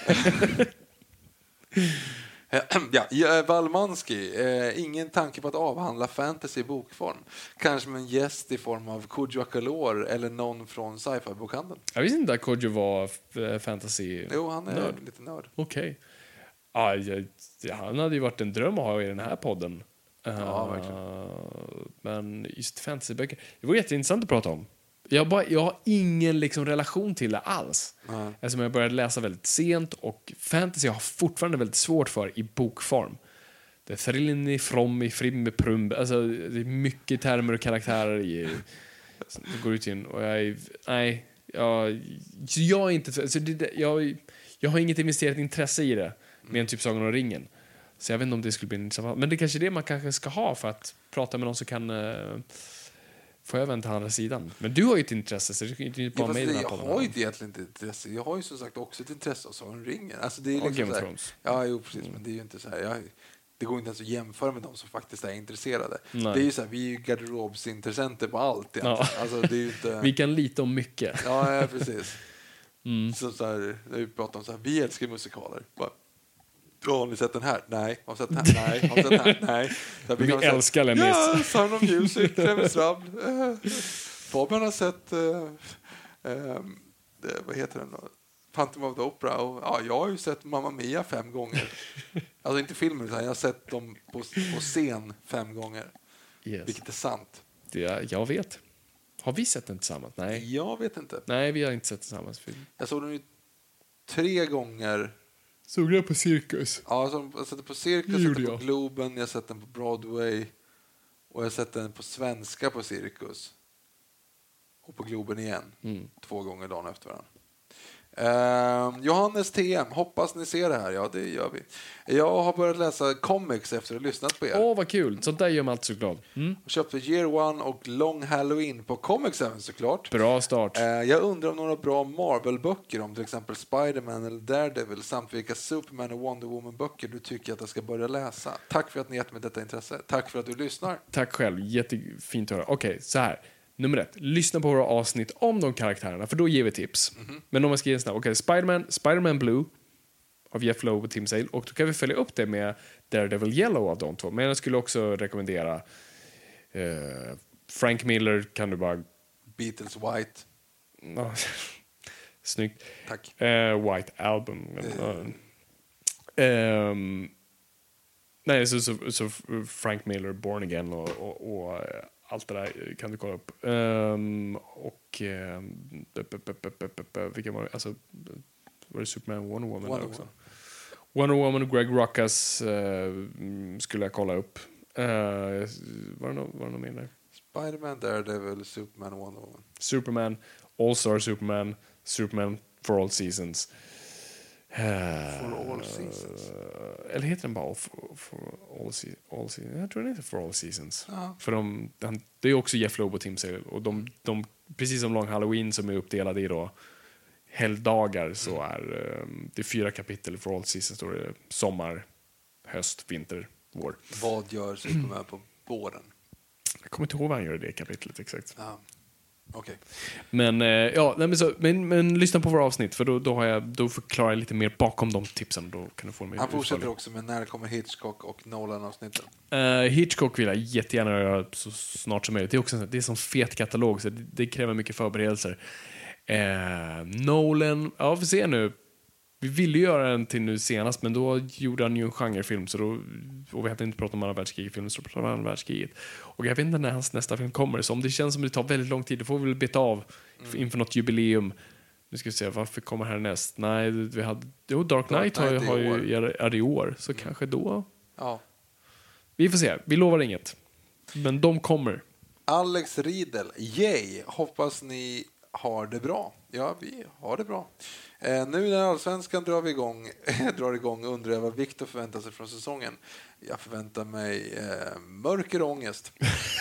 Valmanski. Ingen tanke på att avhandla fantasy i bokform. Kanske med en gäst i form av Kodjo Akolor eller någon från sci-fi-bokhandeln. Jag visste inte att Kodjo var fantasy. Jo, han är lite nörd. Okej. Han hade ju varit en dröm att ha i den här podden. Ja, verkligen. Men just fantasyböcker, det var jätteintressant att prata om. Jag har ingen relation till det alls. Eftersom jag började läsa väldigt sent och fantasy har fortfarande väldigt svårt för i bokform. Det är thrillen from frimme prumb. Alltså det är mycket termer och karaktärer som går ut in och jag har inte jag har inget investerat intresse i det med en typ Sagan om ringen. Så jag vet inte om det skulle bli intressant. Men det är kanske det man kanske ska ha för att prata med någon som kan få över en till andra sidan. Men du har ju ett intresse, så det är inte bara mig. Jag har ju egentligen inte intresse. Jag har ju som sagt också ett intresse av Sagan om ringen. Alltså det är liksom Game of Thrones. Ja, jo, precis. Men det är ju inte så här... Det går inte ens att jämföra med de som faktiskt är intresserade. Nej. Det är ju så här, vi är ju garderobsintressenter på allt. Ja. Alltså, det är ju inte... Vi kan lita om mycket. Ja, precis. Så här, när vi pratar om så här, vi älskar musikaler. Bara, har ni sett den här? Nej. Har sett den här? Nej. Har sett den här? Nej. Så vi älskar den. Ja, Sound of Music, Clemens Rabb. Fabian har sett vad heter den då? Phantom of the Opera. Och, ja, jag har ju sett Mamma Mia 5 gånger. Alltså inte filmer, utan jag har sett dem på scen 5 gånger. Yes. Vilket är sant. Jag vet. Har vi sett den tillsammans? Nej. Jag vet inte. Nej, vi har inte sett tillsammans. Jag såg den ju 3 gånger. Såg jag på Cirkus? Ja, jag har sett den på Cirkus, jag har sett den på Globen, jag har sett den på Broadway. Och jag har sett den på svenska på Cirkus. Och på Globen igen. 2 gånger dagen efter varandra. Johannes TM, hoppas ni ser det här. Ja, det gör vi. Jag har börjat läsa comics efter att ha lyssnat på er. Vad kul, sånt där gör man alltid så glad. Och köpte Year One och Long Halloween på comics även såklart. Bra start. Jag undrar om några bra Marvel-böcker om till exempel Spider-Man eller Daredevil samt vilka Superman och Wonder Woman-böcker du tycker att jag ska börja läsa. Tack för att ni gett mig detta intresse. Tack för att du lyssnar. Tack själv, jättefint att höra. Okej, så här. Nummer 1, lyssna på våra avsnitt om de karaktärerna, för då ger vi tips. Men om man ska ge en snabb, Spider-Man Blue av Jeff Loeb och Tim Sale, och då kan vi följa upp det med Daredevil Yellow av de 2. Men jag skulle också rekommendera Frank Miller, kan du bara... Beatles White. Snyggt. Tack. White Album. Nej, så Frank Miller, Born Again och allt det där kan du kolla upp. Vilka var det? Alltså, var det Superman, Wonder Woman där också? Wonder Woman och Greg Ruckus skulle jag kolla upp. Var det någon mer där? Spider-Man, Daredevil, Superman och Wonder Woman. Superman, All-Star Superman, Superman for All Seasons. For All Seasons. Eller heter den bara for all Seasons? Jag tror den heter For All Seasons. Ja. För det är också Jeff Loeb och Tim Sale. Och de, precis som Long Halloween som är uppdelade i då helgdagar, så är det 4 kapitel. For All Seasons. Då är det sommar, höst, vinter, vår. Vad gör Superman på våren? Jag kommer inte ihåg vad han gör i det kapitlet exakt. Ja. Okay. Men men lyssna på våra avsnitt, för då förklarar jag lite mer bakom de tipsen. Då kan du få mer. Han fortsätter också med när kommer Hitchcock och Nolan-avsnitten. Hitchcock vill jag jättegärna göra så snart som möjligt. Det är en sån fet katalog, så det kräver mycket förberedelser. Nolan, ja, vi får se nu. Vi ville göra den till nu senast, men då gjorde han ju en genrefilm, och vi hade inte pratat om andra världskriget-filmen, så pratade vi om andra världskriget. Och jag vet inte när hans nästa film kommer, så om det känns som det tar väldigt lång tid, då får vi väl beta av inför något jubileum. Nu ska vi se, varför kommer här näst? Nej, vi hade... Dark Knight har ju i år, så kanske då... Ja. Vi får se, vi lovar inget. Men de kommer. Alex Riedel, yay! Hoppas ni har det bra. Ja, vi har det bra. Nu när Allsvenskan drar igång undrar jag vad Victor förväntar sig från säsongen. Jag förväntar mig mörker och ångest.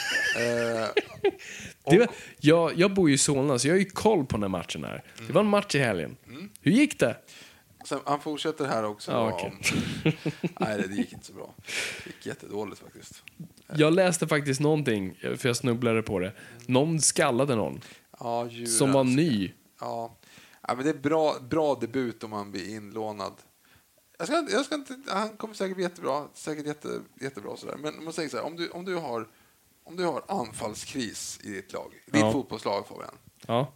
Jag bor ju i Solna, så jag har ju koll på den här matchen här. Det var en match i helgen. Hur gick det? Sen, han fortsätter här också. Okay. Nej, det gick inte så bra. Det gick jättedåligt faktiskt. Jag läste faktiskt någonting, för jag snubblade på det. Någon skallade någon. Ja, som var ny. Ja, men det är bra debut om man blir inlånad. Jag ska inte, han kommer säkert bli jättebra, jättebra sådär. Men man säger så här, om du har anfallskris i ditt lag, ditt fotbollslag, Fabian. Ja.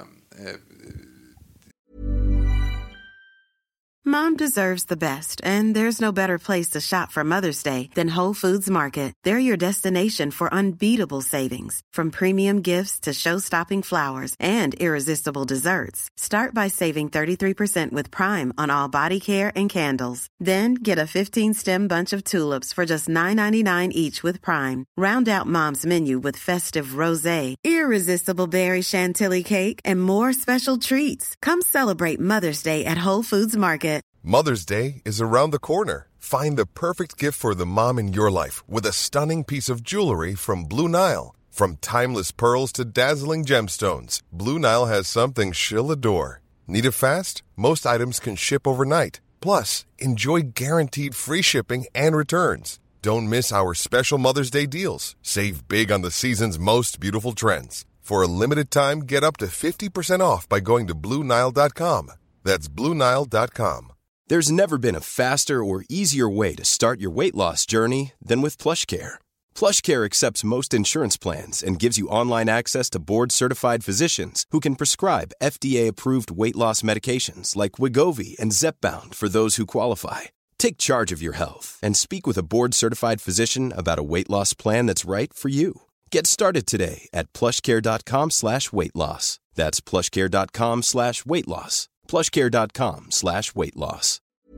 Mom deserves the best, and there's no better place to shop for Mother's Day than Whole Foods Market. They're your destination for unbeatable savings, from premium gifts to show-stopping flowers and irresistible desserts. Start by saving 33% with Prime on all body care and candles. Then get a 15-stem bunch of tulips for just $9.99 each with Prime. Round out Mom's menu with festive rosé, irresistible berry chantilly cake, and more special treats. Come celebrate Mother's Day at Whole Foods Market. Mother's Day is around the corner. Find the perfect gift for the mom in your life with a stunning piece of jewelry from Blue Nile. From timeless pearls to dazzling gemstones, Blue Nile has something she'll adore. Need it fast? Most items can ship overnight. Plus, enjoy guaranteed free shipping and returns. Don't miss our special Mother's Day deals. Save big on the season's most beautiful trends. For a limited time, get up to 50% off by going to BlueNile.com. That's BlueNile.com. There's never been a faster or easier way to start your weight loss journey than with PlushCare. PlushCare accepts most insurance plans and gives you online access to board-certified physicians who can prescribe FDA-approved weight loss medications like Wegovy and Zepbound for those who qualify. Take charge of your health and speak with a board-certified physician about a weight loss plan that's right for you. Get started today at plushcare.com/weightloss. That's plushcare.com/weightloss. plushcare.com/weightloss.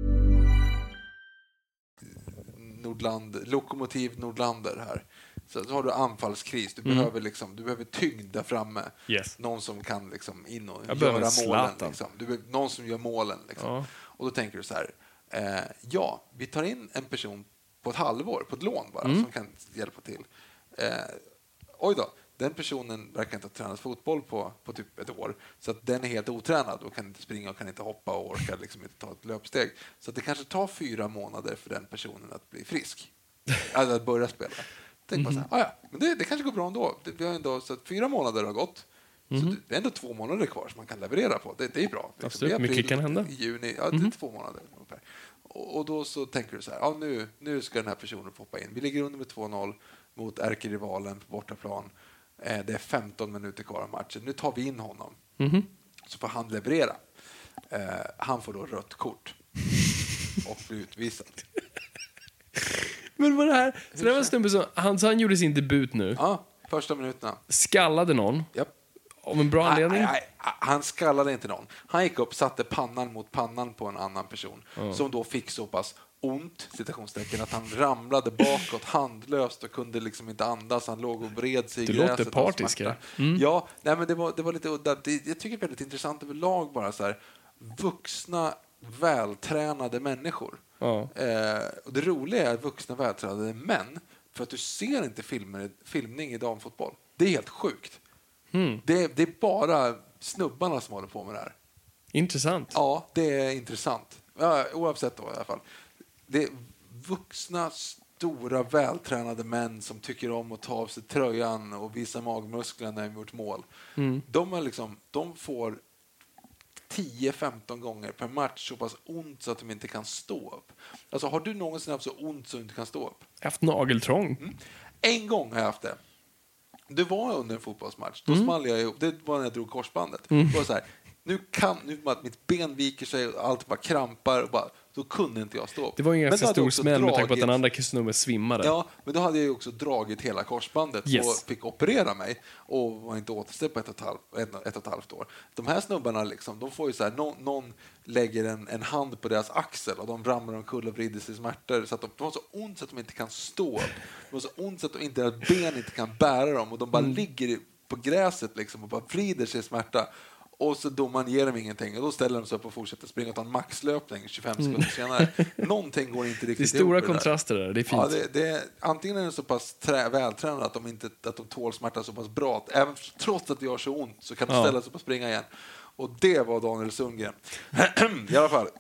Lokomotiv Nordlander här. Så har du anfallskris. Du behöver tyngd där framme. Yes. Någon som kan liksom in och göra målen. Liksom. Någon som gör målen. Liksom. Ja. Och då tänker du så här. Vi tar in en person på ett halvår, på ett lån bara, som kan hjälpa till. Oj då, den personen verkar inte ha tränat fotboll på typ ett år. Så att den är helt otränad och kan inte springa och kan inte hoppa och orkar liksom inte ta ett löpsteg. Så att det kanske tar 4 månader för den personen att bli frisk. Alltså att börja spela. Tänk bara så här, men det kanske går bra ändå. Vi har ändå så att 4 månader har gått. Så det är ändå 2 månader kvar som man kan leverera på. Det är bra. Absolut, mycket kan hända. I juni, det är 2 månader. Och då så tänker du så här, nu ska den här personen få hoppa in. Vi ligger under med 2-0 mot ärkerivalen på bortaplan. Det är 15 minuter kvar av matchen. Nu tar vi in honom. Så får han leverera. Han får då rött kort. Och blir utvisad. Men vad det här? Så det var en snubbe som han gjorde sin debut nu. Ja, första minuterna. Skallade någon. Japp. Av en bra anledning? Nej, han skallade inte någon. Han gick upp, satte pannan mot pannan på en annan person. Som då fick så pass ont, citationstecken, att han ramlade bakåt handlöst och kunde liksom inte andas. Han låg och vred sig i gräset. Det låter partisk. Ja, nej, men det var lite udda. Jag tycker det är väldigt intressant överlag bara så här. Vuxna, vältränade människor. Och det roliga är att vuxna, vältränade män, för att du ser inte filmning i damfotboll. Det är helt sjukt. Det är bara snubbarna som håller på med det här. Intressant. Ja, det är intressant. Oavsett då i alla fall. Det är vuxna, stora, vältränade män som tycker om att ta av sig tröjan och visa magmusklerna när de gjort mål. De får 10-15 gånger per match så pass ont så att de inte kan stå upp. Alltså, har du någonsin haft så ont så att du inte kan stå upp? Jag har haft nageltrång. En gång har jag haft det. Det var under en fotbollsmatch. Då small jag ihop. Det var när jag drog korsbandet. Det var så här, nu att mitt ben viker sig och allt bara krampar och bara, då kunde inte jag stå upp. Det var ju en ganska stor smäll med tanke på att den andra snubben svimmade. Ja, men då hade jag ju också dragit hela korsbandet och fick operera mig och var inte återställd på ett och ett halvt år. De här snubbarna liksom, de får ju så här, någon lägger en hand på deras axel och de ramlar omkull och vrider sig i smärtor så att de har så ont så att de inte kan stå upp. De har så ont så att deras ben inte kan bära dem och de bara ligger på gräset liksom och bara vrider sig i smärta. Och så domaren ger dem ingenting och då ställer de sig upp och fortsätter springa och ta en maxlöpning 25 sekunder senare. Någonting går inte riktigt. Det är stora kontraster där, det är fint. Ja, antingen är de så pass vältränade att de tål smärta så pass bra att även trots att det gör så ont så kan de ställa sig upp och springa igen. Och det var Daniel Sundgren. I alla fall.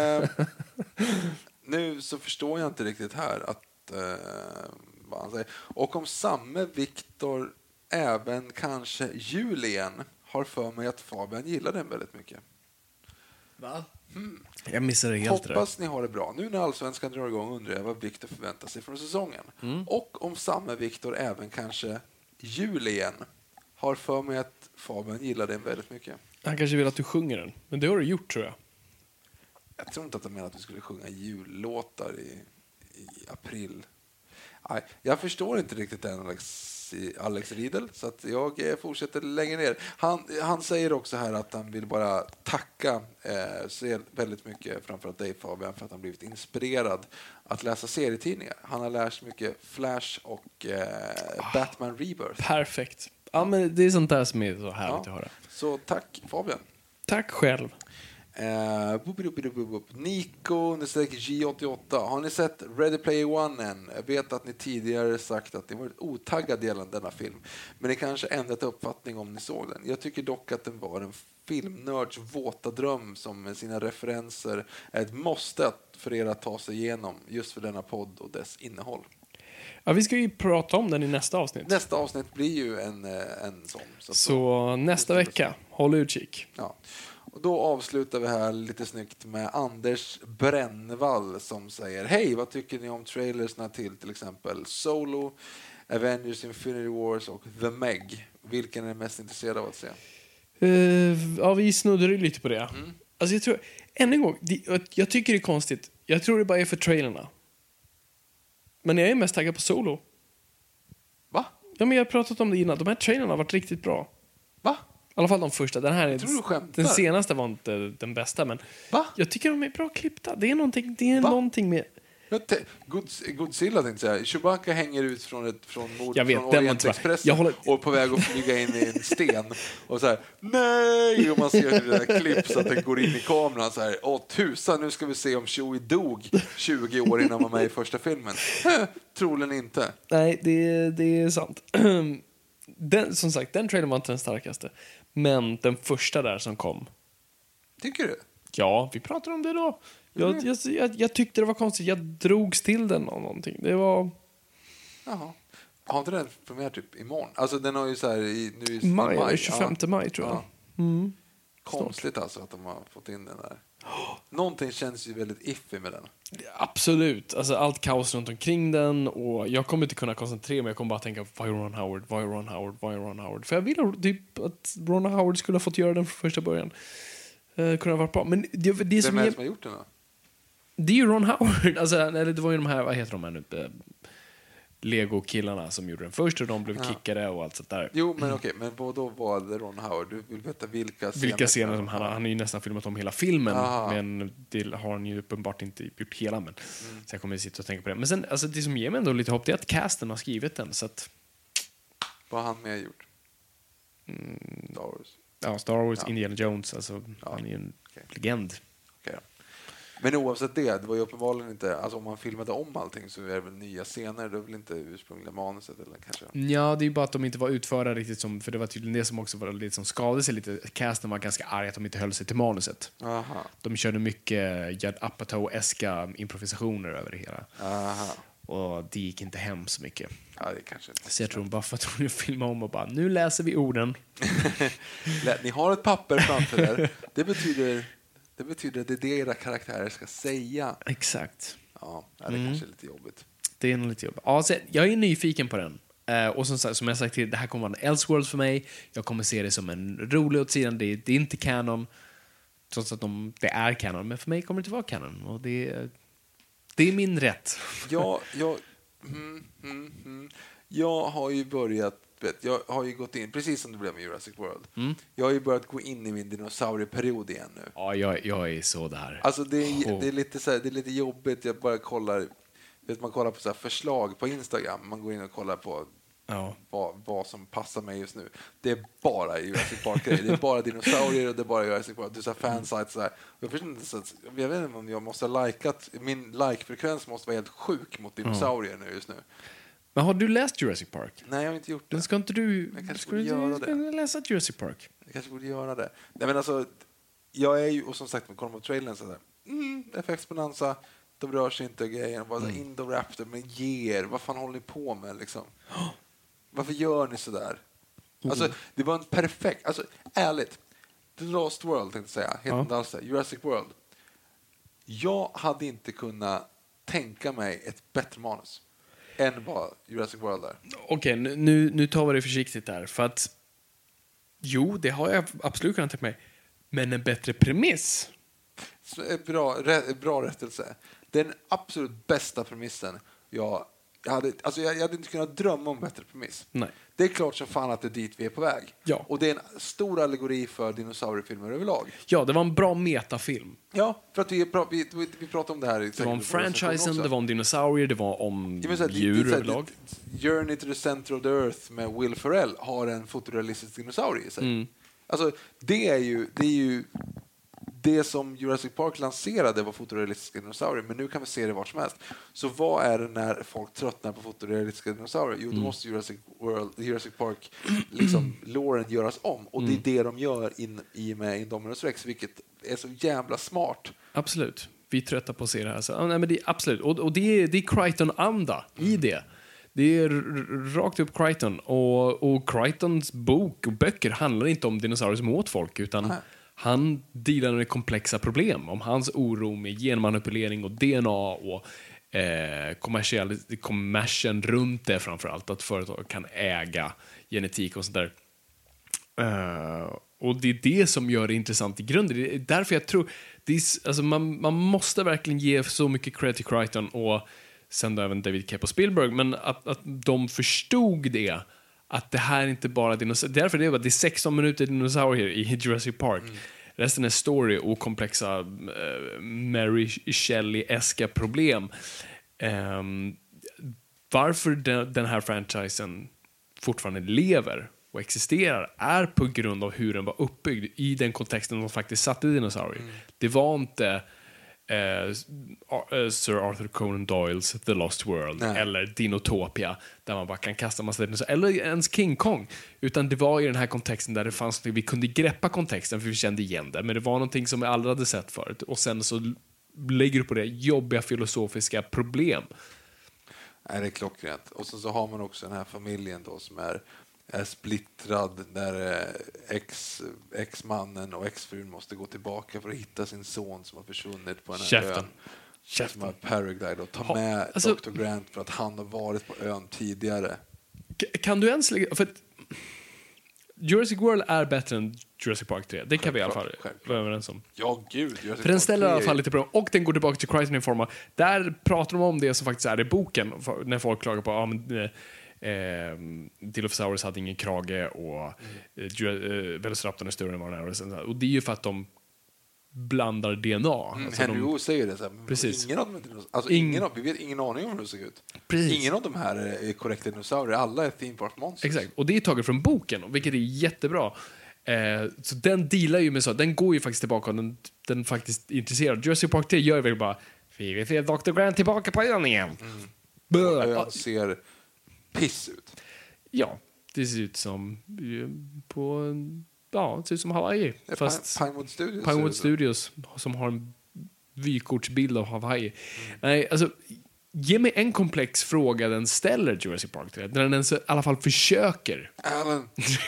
Nu så förstår jag inte riktigt här att vad han säger. Och om samme Viktor även kanske Julien har för mig att Fabian gillar den väldigt mycket. Va? Jag missade helt det. Hoppas ni har det bra. Nu när Allsvenskan drar igång undrar jag vad Viktor förväntar sig från säsongen. Och om samma Viktor även kanske Julien har för mig att Fabian gillar den väldigt mycket. Han kanske vill att du sjunger den. Men det har du gjort, tror jag. Jag tror inte att han menar att vi skulle sjunga jullåtar i april. Nej, jag förstår inte riktigt den Alex Riedel, så att jag fortsätter längre ner. Han säger också här att han vill bara tacka väldigt mycket, framförallt dig Fabian, för att han blivit inspirerad att läsa serietidningar. Han har läst mycket Flash och Batman Rebirth. Perfekt. Ja, men det är sånt där som är så härligt att höra. Så tack Fabian. Tack själv. Nico G88. Har ni sett Ready Player One än? Jag vet att ni tidigare sagt att det var ett otaggad gällande denna film. Men det kanske ändrat uppfattning om ni såg den. Jag tycker dock att den var en filmnörds våta dröm som med sina referenser är ett måste för er att ta sig igenom just för denna podd och dess innehåll. Ja, vi ska ju prata om den i nästa avsnitt. Nästa avsnitt blir ju en sån. Så nästa vecka, håll utkik. Ja. Och då avslutar vi här lite snyggt med Anders Brännvall som säger: hej, vad tycker ni om trailersna till exempel Solo, Avengers Infinity Wars och The Meg? Vilken är ni mest intresserad av att se? Ja, vi snuddade lite på det. Alltså jag tror, än en gång, jag tycker det är konstigt. Jag tror det bara är för trailerna. Men jag är mest taggad på Solo. Va? Ja, men jag har pratat om det innan. De här trailerna har varit riktigt bra. Va? I alla fall de första. Den här den senaste var inte den bästa, men va? Jag tycker de är bra klippta. Det är någonting med... Godzilla tänkte jag. Chewbacca hänger ut från Orientexpressen och på väg att flyga in i en sten och så här, nej, och man ser det där klipp så att det går in i kameran så här, tusan, nu ska vi se om Chewie dog 20 år innan man var med i första filmen. Troligen inte. Nej, det är sant. Som sagt, den trailern var inte den starkaste, men den första där som kom. Tycker du? Ja, vi pratade om det då. Jag tyckte det var konstigt. Jag drogs till den av någonting. Det var... Jaha. Har inte den premiär typ imorgon? Alltså den har ju så här nu i maj, 25 maj tror jag. Ja. Konstigt alltså att de har fått in den där. Någonting känns ju väldigt iffy med den. Absolut. Alltså allt kaos runt omkring den, och jag kommer inte kunna koncentrera mig. Jag kommer bara tänka, vad är Ron Howard? För jag vill typ att Ron Howard skulle ha fått göra den från första början. Kunde ha varit bra. Men det som har gjort den då? Det är ju Ron Howard. Alltså, eller det var ju de här, vad heter de här nu? Lego-killarna som gjorde den först och de blev kickade och allt sånt där. Jo, men okej, men då var det Ron Howard. Du vill veta vilka scener som han har ju nästan filmat om hela filmen. Men det har han ju uppenbart inte gjort hela. Men så jag kommer att sitta och tänka på det. Men sen, alltså, det som ger mig ändå lite hopp, det är att casten har skrivit den. Så att... Vad har han med gjort? Star Wars. Ja, Star Wars, Indiana Jones. Alltså, han är ju en legend. Okay. Men oavsett det var ju uppenbarligen inte, alltså om man filmade om allting så är det väl nya scener, det är väl inte ursprungliga manuset eller kanske? Ja, det är ju bara att de inte var utförda riktigt som, för det var tydligen det som också var lite som skadade sig lite. Casten var ganska arg att de inte höll sig till manuset. Aha. De körde mycket Judd Apatow-eska improvisationer över det hela. Aha. Och det gick inte hem så mycket. Ja, det kanske inte. Så jag tror bara för att de filmade om och bara, nu läser vi orden. Ni har ett papper framför er. Det betyder att det är det era karaktärer ska säga. Exakt. Ja, det är kanske lite jobbigt. Det är nog lite jobbigt. Ja, så jag är nyfiken på den. Och som jag sagt till, det här kommer vara en Elseworlds för mig. Jag kommer se det som en rolig åt sidan. Det är inte canon. Trots att det är canon. Men för mig kommer det inte vara canon. Och det är min rätt. Jag har ju börjat, jag har ju gått in, precis som det blev med Jurassic World. Jag har ju börjat gå in i min dinosaurieperiod igen nu. Ja, jag är så där. Alltså det är lite så här, det är lite jobbigt. Jag bara kollar, man kollar på så här förslag på Instagram. Man går in och kollar på vad som passar mig just nu. Det är bara Jurassic Park-grejer. Det är bara dinosaurier och det är bara Jurassic Park. Det är så här fansites så här. Jag vet inte om jag måste ha likat. Min like-frekvens måste vara helt sjuk mot dinosaurier nu just nu. Men har du läst Jurassic Park? Nej, jag har inte gjort det. Men ska inte du... Jag kanske borde göra det. Läsa Jurassic Park? Jag kanske borde göra det. Nej, men alltså, jag är ju, och som sagt, man kollar på trailern så där. Effektsponanza, de rör sig inte och grejer. Bara Indoraptor, men vad fan håller ni på med liksom? Varför gör ni så där? Alltså, det var en perfekt, alltså ärligt. The Lost World tänkte jag säga, heter inte alls det. Jurassic World. Jag hade inte kunnat tänka mig ett bättre manus än vad Jurassic World är. Okej, nu tar vi det försiktigt där. För att, jo, det har jag absolut kunnat tänka mig. Men en bättre premiss. Bra rättelse. Den absolut bästa premissen jag hade inte kunnat drömma om bättre premiss. Nej. Det är klart som fan att det är dit vi är på väg. Ja. Och det är en stor allegori för dinosauriefilmer överlag. Ja, det var en bra metafilm. Ja, för att vi pratade om det här. Det var om franchisen, det var om dinosaurier, det var om djur överlag. Journey to the Center of the Earth med Will Ferrell har en fotorealistisk dinosaurie i sig. Alltså, det är ju det som Jurassic Park lanserade var fotorealistiska dinosaurier, men nu kan vi se det vart som helst. Så vad är det när folk tröttnar på fotorealistiska dinosaurier? Jo, då måste Jurassic Park liksom loren göras om, och det är det de gör i med Indominus Rex, vilket är så jävla smart. Absolut. Vi är trötta på att se det här. Så, nej, men det är absolut. Och det är Crichton-anda i det. Det är rakt upp Crichton. Och Crichtons bok och böcker handlar inte om dinosaurier som åt folk, utan han dealar med komplexa problem. Om hans oro med genmanipulering och DNA och kommersen runt det, framförallt. Att företag kan äga genetik och sånt där. Och det är det som gör det intressant i grunden. Det är därför jag tror alltså man måste verkligen ge så mycket credit till Crichton och sen då även David Koepp och Spielberg, men att de förstod det, att det här är inte bara dinosaurier. Därför det är 16 minuter dinosaurier i Jurassic Park. Resten är story och komplexa Mary Shelley-eska problem. Varför den här franchisen fortfarande lever och existerar är på grund av hur den var uppbyggd i den kontexten de faktiskt satte dinosaurier. Det var inte Sir Arthur Conan Doyles The Lost World eller Dinotopia där man bara kan kasta massa dinosaurier, eller ens King Kong, utan det var i den här kontexten där det fanns något, vi kunde greppa kontexten för vi kände igen det, men det var någonting som vi aldrig hade sett förut, och sen så lägger du på det jobbiga filosofiska problem. Nej, det är klockrent. Och så har man också den här familjen då som är splittrad, där ex-mannen och ex-frun måste gå tillbaka för att hitta sin son som har försvunnit på den här ön. Som har paraglide, och ta med Dr. Grant för att han har varit på ön tidigare. Kan du ens lägga... För att Jurassic World är bättre än Jurassic Park 3. Det kan vi i alla fall vara överens om. Ja, gud. För den ställer i alla fall lite bra. Och den går tillbaka till Crichton i form av... Där pratar de om det som faktiskt är i boken. När folk klagar på... Dilophosaurus hade ingen krage och Velociraptorn är större än vad den är. Och det är ju för att de blandar DNA. Alltså Henry Wu säger det så här, precis. Ingen av dem, alltså vi vet ingen aning om hur det ser ut. Precis. Ingen av de här är korrekta dinosaurier, alla är theme park monsters. Exakt, och det är taget från boken, vilket är jättebra. Så den dealar ju med så, den går ju faktiskt tillbaka, och den faktiskt är intresserad. Jurassic Park 3 gör väl bara, vi vill se Dr. Grant tillbaka på ön igen. Ön ser piss ut. Ja, det ser ut som på... Ja, det ser ut som Hawaii. Fast Pinewood Studios som har en vykortsbild av Hawaii. Nej, alltså, ge mig en komplex fråga den ställer Jurassic Park till. Där den ens i alla fall försöker. Alan.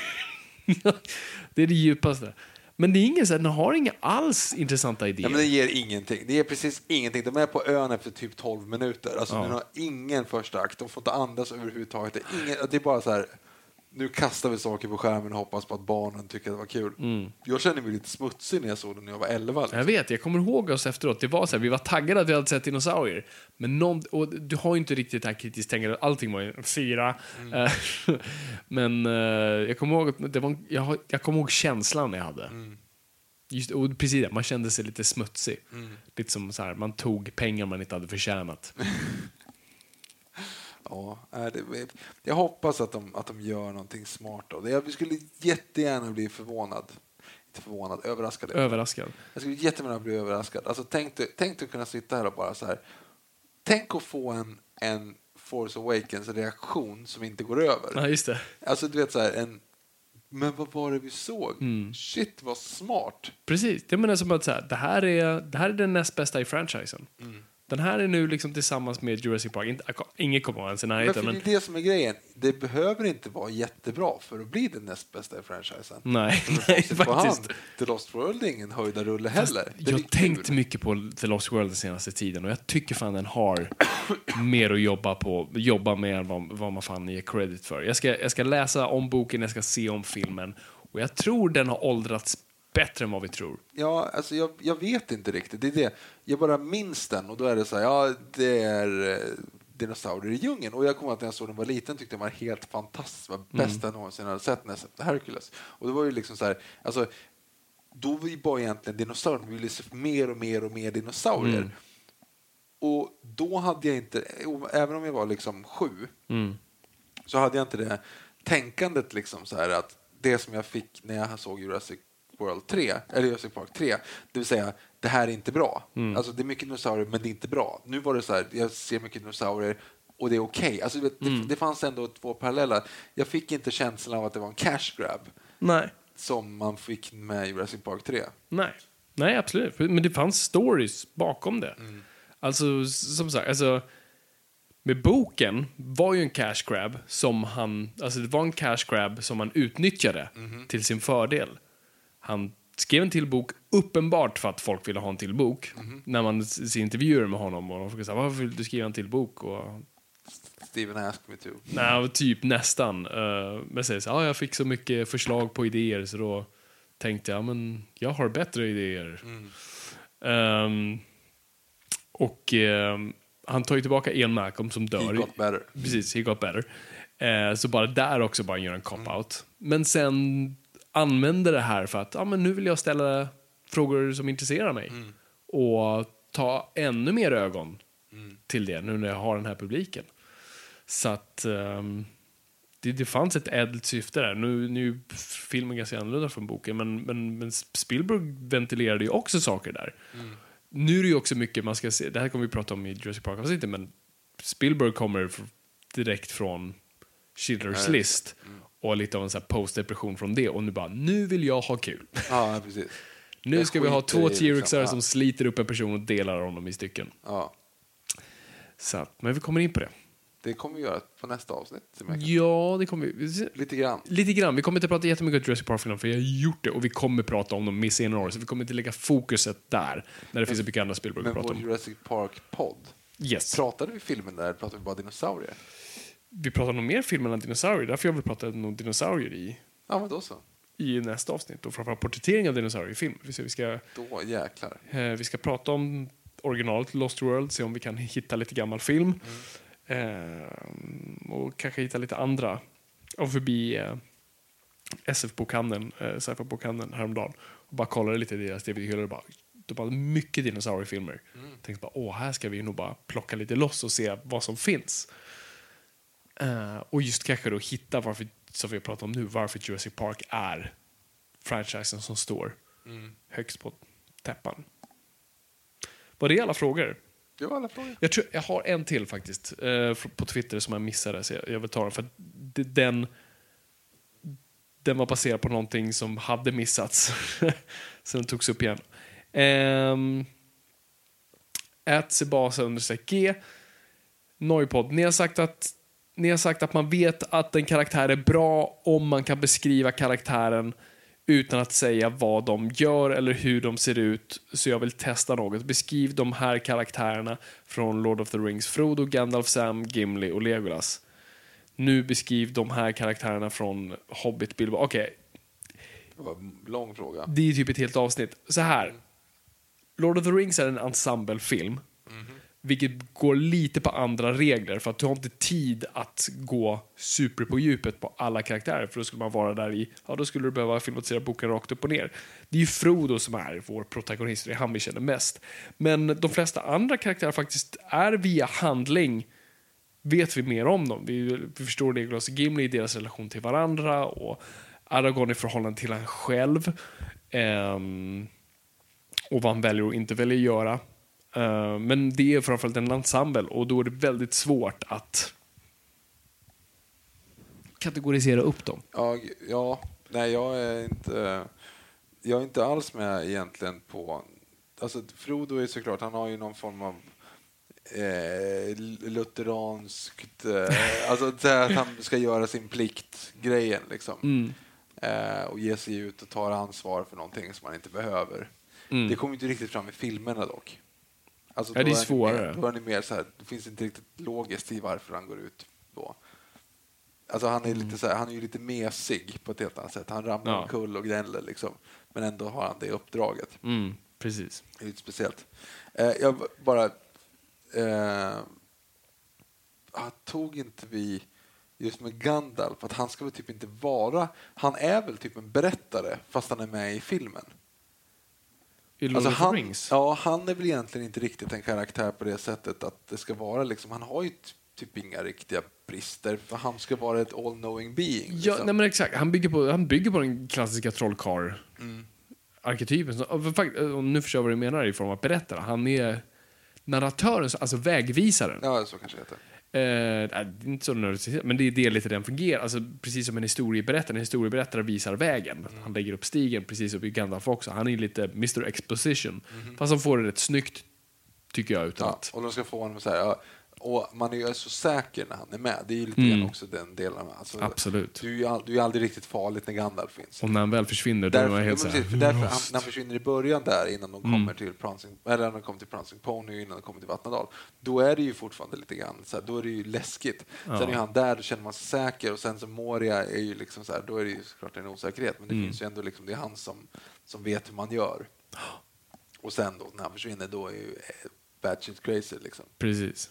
Det är det djupaste. Men det är ingen så här, den har inga alls intressanta idéer. Ja, men det ger ingenting. Det ger precis ingenting. De är på ön efter typ 12 minuter. Alltså, den har ingen första akt. De får inte andas överhuvudtaget. Det är bara så här... Nu kastar vi saker på skärmen och hoppas på att barnen tycker att det var kul. Jag känner mig lite smutsig när jag såg den när jag var 11. Liksom. Jag vet, jag kommer ihåg oss efteråt. Det var så här, vi var taggade att vi hade sett dinosaurier. Men och du har ju inte riktigt det här kritiskt tänkande. Allting var ju 4. Men jag kommer ihåg att jag kommer ihåg känslan jag hade. Just, och precis det, man kände sig lite smutsig. Lite som så här, man tog pengar man inte hade förtjänat. Ja, jag hoppas att de gör någonting smart av det. Jag skulle jättegärna bli överraskad. Jag skulle jättegärna bli överraskad. Alltså, tänk att kunna sitta här och bara så här. Tänk att få en Force Awakens reaktion som inte går över. Ja, just det. Alltså, du vet så här, men vad var det vi såg? Shit, vad smart. Precis, det menar som att så här, det här är den näst bästa i franchisen. Den här är nu liksom tillsammans med Jurassic Park. Inget kommer ens i närheten. Men det är det som är grejen. Det behöver inte vara jättebra för att bli den näst bästa i franchisen. Nej, faktiskt. The Lost World är ingen höjda rulle heller. Jag har tänkt mycket på The Lost World den senaste tiden, och jag tycker fan den har mer att jobba med än vad man fan ger credit för. Jag ska läsa om boken, jag ska se om filmen, och jag tror den har åldrats bättre än vad vi tror. Ja, alltså jag vet inte riktigt. Det är det. Jag bara minns den, och då är det så här, ja, det är dinosaurier i djungeln. Och jag kommer att när jag såg den var liten tyckte den var helt fantastisk. Det var bästa jag någonsin hade sett när jag sett Hercules. Och det var ju liksom så här, alltså, då var ju bara egentligen dinosaurier. Vi ville se mer och mer dinosaurier. Och då hade jag inte, även om jag var liksom 7, så hade jag inte det tänkandet liksom så här att det som jag fick när jag såg Jurassic World 3, eller Jurassic Park 3, det vill säga det här är inte bra. Alltså det är mycket dinosaurier men det är inte bra. Nu var det så här, jag ser mycket dinosaurier och det är okej. Alltså det fanns ändå två paralleller. Jag fick inte känslan av att det var en cash grab. Nej. Som man fick med Jurassic Park 3. Nej, absolut. Men det fanns stories bakom det. Alltså, som sagt, alltså, med boken var ju en cash grab som det var en cash grab som han utnyttjade till sin fördel. Han skrev en till bok uppenbart för att folk ville ha en till bok. När man ser intervjuer med honom och de frågar så här, varför vill du skriva en till bok? Och Steven asked me to. Nej, typ nästan. Men säger så här, jag fick så mycket förslag på idéer så då tänkte jag, men jag har bättre idéer. Han tar ju tillbaka Ian Malcolm som dör. He got better. Precis, he got better. Så bara där också bara gör en cop-out. Men sen använder det här för att men nu vill jag ställa frågor som intresserar mig. Och ta ännu mer ögon till det nu när jag har den här publiken. Så att det fanns ett ädelt syfte där. Nu är filmen ganska annorlunda från boken, men Spielberg ventilerade ju också saker där. Nu är det ju också mycket man ska se. Det här kommer vi prata om i Jurassic Park, men Spielberg kommer direkt från Schindler's List och lite av en sån här post-depression från det, och nu vill jag ha kul. Ja, precis. Nu ska vi ha 2 T-Rexar som sliter upp en person och delar honom i stycken. Ja. Så att, men vi kommer in på det. Det kommer vi göra på nästa avsnitt. Ja, det kommer vi. Lite grann. Vi kommer inte prata jättemycket om Jurassic Park-filmen, för jag har gjort det, och vi kommer prata om dem med senare år, så vi kommer inte lägga fokuset där när det finns så mycket andra Spielberg att prata om. Men vår Jurassic Park-podd, pratade vi filmen där, pratade vi bara dinosaurier? Vi pratar nog mer filmen än dinosaurier, därför jag vill prata om dinosaurier i. Ja, men då så. I nästa avsnitt, och framförallt porträttering av dinosaurier i film. Då jäklar. Vi ska prata om originalet Lost World, se om vi kan hitta lite gammal film. Och kanske hitta lite andra. Och förbi SF-bokhandeln, sci-fi-bokhandeln häromdagen. Och bara kollade lite i deras DVD-hyllor. De hade mycket dinosauriefilmer. Tänkte bara, här ska vi nog bara plocka lite loss och se vad som finns. Och just kanske då hitta varför, som vi har pratat om nu, varför Jurassic Park är franchisen som står högst på täppan. Var det alla frågor? Det var alla frågor. Jag har en till faktiskt på Twitter som jag missade, så jag vill ta den, för att den var baserad på någonting som hade missats. Så den togs upp igen. @sebasa_g Noipod. Ni har sagt att man vet att en karaktär är bra om man kan beskriva karaktären utan att säga vad de gör eller hur de ser ut, så jag vill testa något. Beskriv de här karaktärerna från Lord of the Rings: Frodo, Gandalf, Sam, Gimli och Legolas. Nu beskriv de här karaktärerna från Hobbit, Bilbo. Okej. Det var en lång fråga. Det är typ ett helt avsnitt. Så här. Lord of the Rings är en ensemblefilm. Vilket går lite på andra regler, för att du har inte tid att gå super på djupet på alla karaktärer, för då skulle man vara där i, då skulle du behöva filmatisera boken rakt upp och ner. Det är ju Frodo som är vår protagonist, det är han vi känner mest. Men de flesta andra karaktärer faktiskt är via handling, vet vi mer om dem. Vi förstår Legolas och Gimli i deras relation till varandra, och Aragorn i förhållande till han själv, och vad han väljer och inte väljer göra. Men det är framförallt en ensemble, och då är det väldigt svårt att kategorisera upp dem. Nej, jag är inte alls med egentligen på, alltså Frodo är såklart, han har ju någon form av lutheranskt, alltså att han ska göra sin plikt grejen liksom. Och ge sig ut och ta ansvar för någonting som man inte behöver. Det kommer inte riktigt fram i filmerna dock. Alltså, det är svårare. Då är det mer så här, det finns inte riktigt logiskt i varför han går ut då. Alltså han är lite så här, han är ju lite mesig på ett helt annat sätt. Han ramlar omkull och gnäller liksom, men ändå har han det uppdraget. Precis. Det är lite speciellt. Jag bara tog inte vi just med Gandalf att han ska väl typ inte vara, han är väl typ en berättare fast han är med i filmen. Alltså han är väl egentligen inte riktigt en karaktär på det sättet att det ska vara liksom, han har ju typ inga riktiga brister, för han ska vara ett all-knowing being. Liksom. Ja, nej men exakt. Han bygger på den klassiska trollkarl arketypen. Och nu förstår jag vad du menar i form av berättare. Han är narratören, alltså vägvisaren. Ja, så kanske det heter. Det är inte så nödvändigt, men det är lite den fungerar. Alltså, precis som en historieberättare visar vägen. Han lägger upp stigen, precis som i Gandalf också. Han är lite Mr. Exposition. Fast han får det rätt snyggt, tycker jag. Utan att... Och de ska få honom så här... Och man är ju så säker när han är med. Det är ju lite grann också den delen. Alltså, absolut. Du är ju aldrig riktigt farligt när Gandalf finns. Och när han väl försvinner, då är man helt såhär... Därför när han försvinner i början där, innan de kommer till Prancing Pony, innan de kommer till Vattnadal, då är det ju fortfarande lite grann så här, då är det ju läskigt. Sen är han där, då känner man sig säker, och sen så Moria är ju liksom så här, då är det ju såklart en osäkerhet, men det finns ju ändå liksom, det är han som vet hur man gör. Och sen då, när han försvinner, då är ju bad shit crazy liksom. Precis.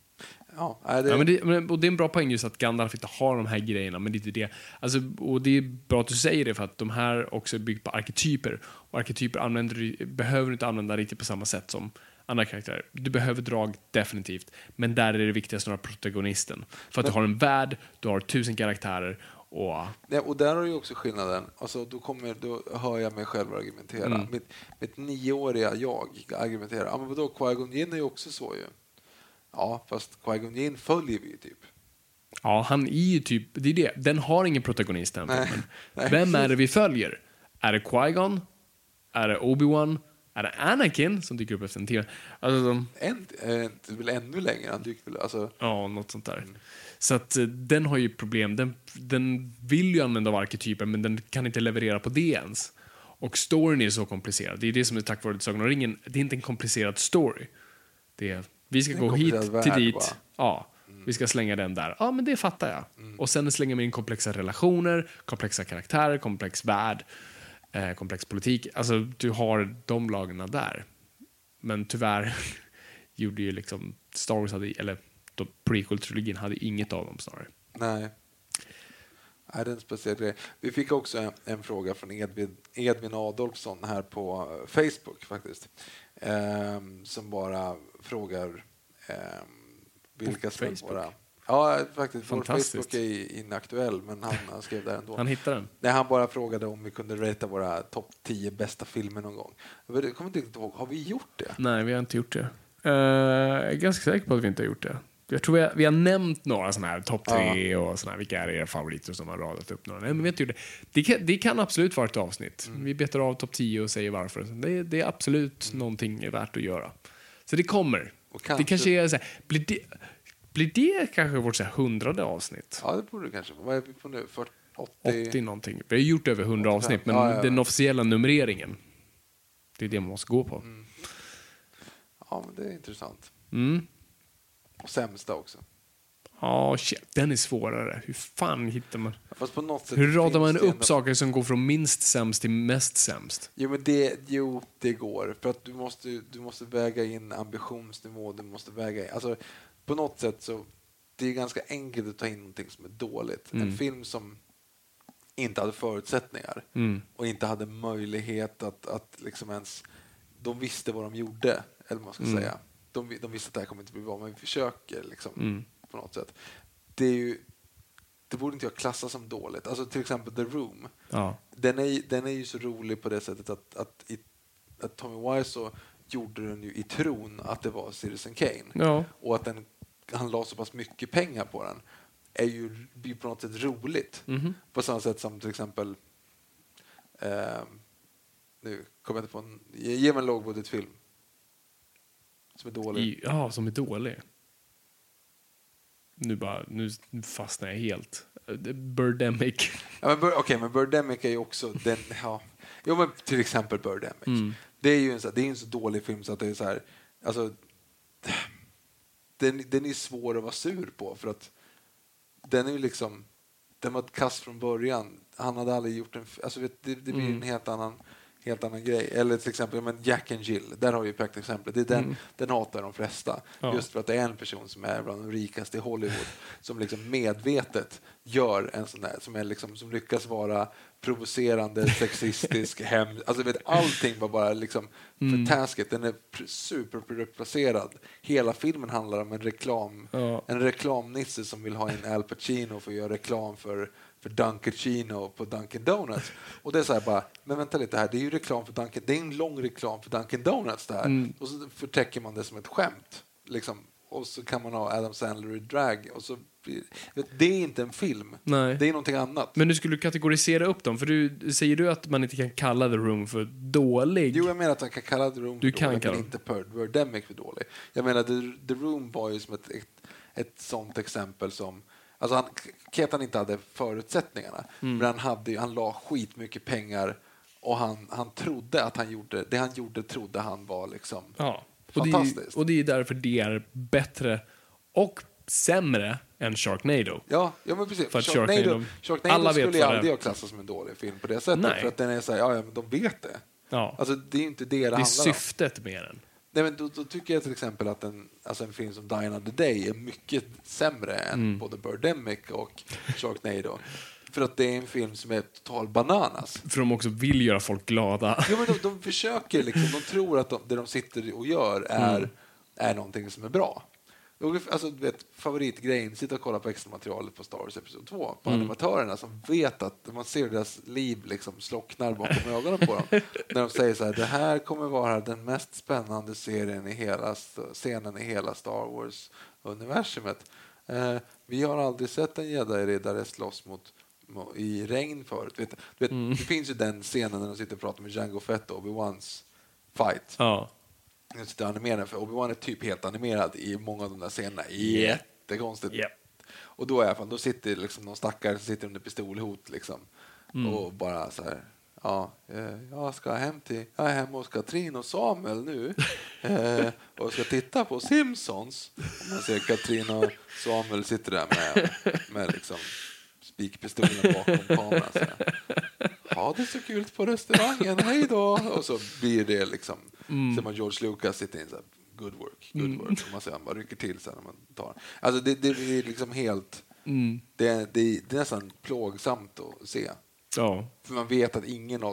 Ja, men det är en bra poäng just att Gandalf inte har de här grejerna, men det är inte det. Alltså, och det är bra att du säger det, för att de här också är byggt på arketyper. Och arketyper behöver du inte använda riktigt på samma sätt som andra karaktärer. Du behöver drag, definitivt. Men där är det viktigaste snarare protagonisten. För att du har en värld, du har 1000 karaktärer. Och där har du ju också skillnaden. Alltså, då hör jag mig själv argumentera. Mitt 9-åriga jag argumenterar. Ja, men vadå, Qui-Gon Jinn är ju också så ju. Ja, fast Qui-Gon Jinn följer vi ju typ. Ja, han är ju typ... Det är det. Den har ingen protagonist, den filmen. Nej, vem är det vi följer? Är det Qui-Gon? Är det Obi-Wan? Är det Anakin som dyker upp efter en timme? Alltså, det är väl ännu längre. Han dyker väl, alltså... Ja, något sånt där. Så att den har ju problem. Den vill ju använda av arketyper, men den kan inte leverera på det ens. Och storyn är så komplicerad. Det är det som är tack vare Sagan om ringen. Det är inte en komplicerad story. Det är... Vi ska gå hit till dit. Bara. Ja, vi ska slänga den där. Ja, men det fattar jag. Och sen slänger man in komplexa relationer, komplexa karaktärer, komplex värld, komplex politik. Alltså, du har de lagarna där. Men tyvärr gjorde ju liksom Star Wars eller prequel-trilogin hade inget av dem snarare. Nej. Det är en speciell grej. Vi fick också en fråga från Edvin Adolfsson här på Facebook faktiskt. Som bara frågar vilka som våra... Ja, faktiskt. Vår Facebook är inaktuell, men han skrev där ändå. Han hittade den. Nej, han bara frågade om vi kunde rata våra topp 10 bästa filmer någon gång. Jag kommer inte ihåg. Har vi gjort det? Nej, vi har inte gjort det. Jag är ganska säker på att vi inte har gjort det. Jag tror vi har nämnt några sådana här topp 3 och sådana här, vilka är era favoriter som har radat upp några. Nej, men vi har inte gjort det. Det kan absolut vara ett avsnitt. Vi betar av topp 10 och säger varför. Det är absolut någonting värt att göra. Så det kommer. Det kanske är så här, blir det kanske vårt 100:e avsnitt? Ja, det borde det kanske. Vad är vi på nu? 80 någonting. Vi har gjort över 100 avsnitt, men den officiella numreringen, det är det man måste gå på. Ja, men det är intressant. Och sämsta också. Ja, den är svårare. Hur fan hittar man... Fast på något sätt hur radar man upp saker som går från minst sämst till mest sämst? Jo, men det går. För att du måste väga in ambitionsnivå. Du måste väga in... Alltså, på något sätt så... Det är ganska enkelt att ta in någonting som är dåligt. En film som inte hade förutsättningar. Och inte hade möjlighet att liksom ens... De visste vad de gjorde, eller vad man ska säga. De visste att det här kommer inte bli bra, men vi försöker liksom, på något sätt. Det borde inte jag klassa som dåligt. Alltså till exempel The Room. Ja. Den är ju så rolig på det sättet att Tommy Wiseau gjorde den ju i tron att det var Citizen Kane. Ja. Och att han la så pass mycket pengar på den blir på något sätt roligt. På samma sätt som till exempel nu kommer jag inte på ge mig en lågbudgetfilm som är dålig. Som är dålig. Nu fastnar jag helt. Birdemic. Ja, men Birdemic är ju också den... Ja. Jo, men till exempel Birdemic. Det är ju en så dålig film så att det är så här... Alltså, den är svår att vara sur på, för att den är ju liksom... Den var ett kast från början. Han hade aldrig gjort en... Alltså, det blir en helt annan grej. Eller till exempel Jack and Jill, där har vi praktexemplet. Det är den hatar de flesta. Ja. Just för att det är en person som är bland de rikaste i Hollywood som liksom medvetet gör en sån där som lyckas vara provocerande, sexistisk, alltså allting var bara liksom för taskigt. Den är superproduktplacerad. Hela filmen handlar om en reklamnisse som vill ha in Al Pacino för att göra reklam för för Dunkaccino på Dunkin' Donuts. Och det är så här bara, men vänta lite här, det är ju reklam för Dunkin', det är en lång reklam för Dunkin' Donuts där. Och så förtäcker man det som ett skämt liksom. Och så kan man ha Adam Sandler i drag och så det är inte en film. Nej. Det är någonting annat. Men du skulle kategorisera upp dem, för säger du att man inte kan kalla The Room för dålig? Jo, jag menar att man kan kalla The Room för dålig, men inte Birdemic för dålig. Jag menar The Room var ju som ett sånt exempel som alltså Ketan inte hade förutsättningarna, men han la skitmycket pengar och han trodde att han gjorde det han gjorde, trodde han var liksom fantastiskt. Och det är därför det är bättre och sämre än Sharknado. Ja men precis. För Sharknado alla skulle ju aldrig det. ha klassats som en dålig film på det sättet. Nej. För att den är så här, ja men de vet det. Ja. Alltså det är inte det handlar om. Det är syftet med den. Nej, men då tycker jag till exempel att en film som Die Another Day är mycket sämre än både Birdemic och Sharknado. För att det är en film som är total bananas. För de också vill göra folk glada. Ja, men de försöker liksom, de tror att det de sitter och gör är någonting som är bra. Alltså, du vet, favoritgrejen, sitta och kolla på extra materialet på Star Wars Episod 2 på animatörerna som vet att man ser deras liv liksom slocknar bakom ögonen på dem. När de säger så här, det här kommer vara den mest spännande scenen i hela Star Wars-universumet. Vi har aldrig sett en Jedi-riddare slåss i regn förut. Det finns ju den scenen när de sitter och pratar med Jango Fett och Obi-Wans fight. Ja. Jag sitter animerad, för Obi-Wan är typ helt animerad i många av de där scenerna. Jättekonstigt. Yep. Och då i alla fall, då sitter liksom någon stackare som sitter under pistolhot liksom. Och bara så här, jag ska hem hos Katrin och Samuel nu och ska titta på Simpsons. Och man ser Katrin och Samuel sitter där med liksom spikpistolen bakom kameran. Så här. Ja, det är så kul på restaurangen, hej då. Och så blir det liksom ser man George Lucas sitter in så här, good work. Och man ser han bara rycker till sen när man tar. Alltså det är liksom helt det är nästan plågsamt att se. Ja. För man vet att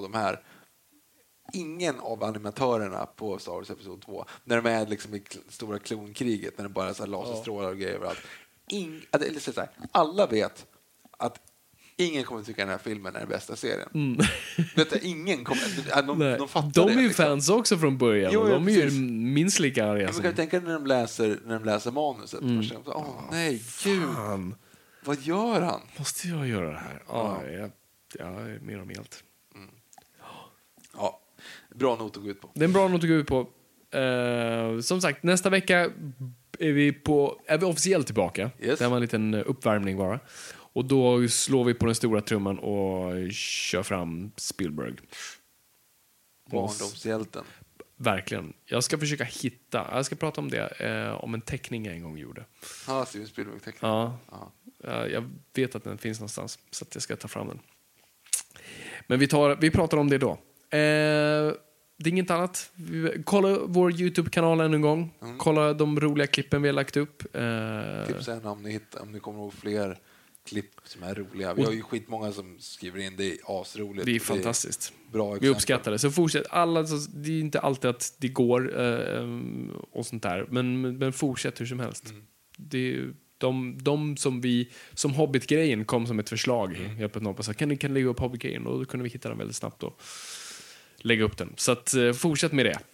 ingen av animatörerna på Star Wars Episod 2 när de är liksom i stora klonkriget, när det bara är så här laserstrålar och grejer överallt. Eller så här, alla vet att ingen kommer att tycka den här filmen är den bästa serien. Ingen kommer de fattar de är ju liksom. Fans också från början. Jo, de är ju minst lika arga. Man kan tänka när de läser manuset. Nej, gud. Vad gör han? Måste jag göra det här? Jag är mer om helt. Ja, bra not att gå ut på. Det är en bra not att gå ut på. Som sagt, nästa vecka är vi officiellt tillbaka. Yes. Det var en liten uppvärmning bara. Och då slår vi på den stora trumman och kör fram Spielberg. Barndomshjälten. Verkligen. Jag ska prata om det, om en teckning jag en gång gjorde. Steven Spielberg-teckning. Ja. Jag vet att den finns någonstans, så att jag ska ta fram den. Men vi pratar om det då. Det är inget annat. Kolla vår YouTube-kanal än en gång. Kolla de roliga klippen vi har lagt upp. Tips gärna om ni kommer ihåg fler klipp som är roliga. Vi har ju skitmånga som skriver in, det är asroligt. Det är fantastiskt. Bra exempel. Vi uppskattar det. Så fortsätt. Det är inte alltid att det går och sånt där. Men fortsätt hur som helst. Det är de som Hobbit-grejen kom som ett förslag. Jag hoppas att kan ni lägga upp Hobbit-grejen, och då kunde vi hitta den väldigt snabbt och lägga upp den. Så att fortsätt med det.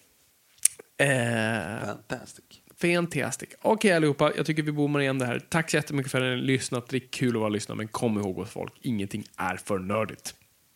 Fantastic. Okej, allihopa, jag tycker vi bommar igen det här. Tack så jättemycket för att ni har lyssnat. Det är kul att vara lyssnare, men kom ihåg oss folk. Ingenting är för nördigt.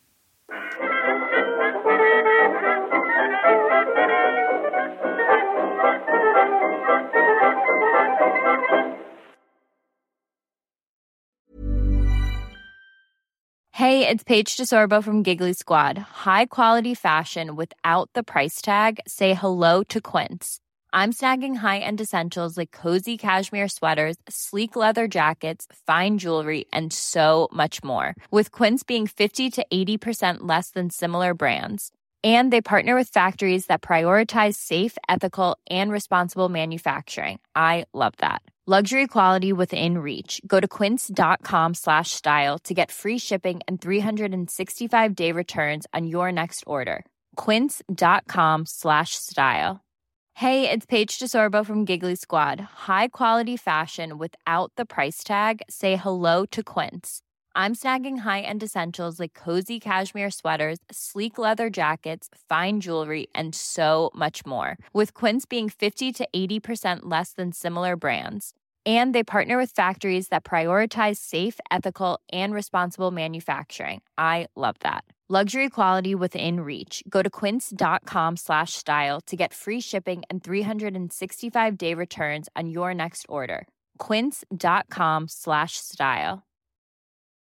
Hey, it's Paige DeSorbo from Giggly Squad. High quality fashion without the price tag. Say hello to Quince. I'm snagging high-end essentials like cozy cashmere sweaters, sleek leather jackets, fine jewelry, and so much more. With Quince being 50 to 80% less than similar brands. And they partner with factories that prioritize safe, ethical, and responsible manufacturing. I love that. Luxury quality within reach. Go to quince.com/style to get free shipping and 365-day returns on your next order. Quince.com/style. Hey, it's Paige DeSorbo from Giggly Squad. High quality fashion without the price tag. Say hello to Quince. I'm snagging high-end essentials like cozy cashmere sweaters, sleek leather jackets, fine jewelry, and so much more. With Quince being 50 to 80% less than similar brands. And they partner with factories that prioritize safe, ethical, and responsible manufacturing. I love that. Luxury quality within reach. Go to quince.com/style to get free shipping and 365-day returns on your next order. Quince.com/style.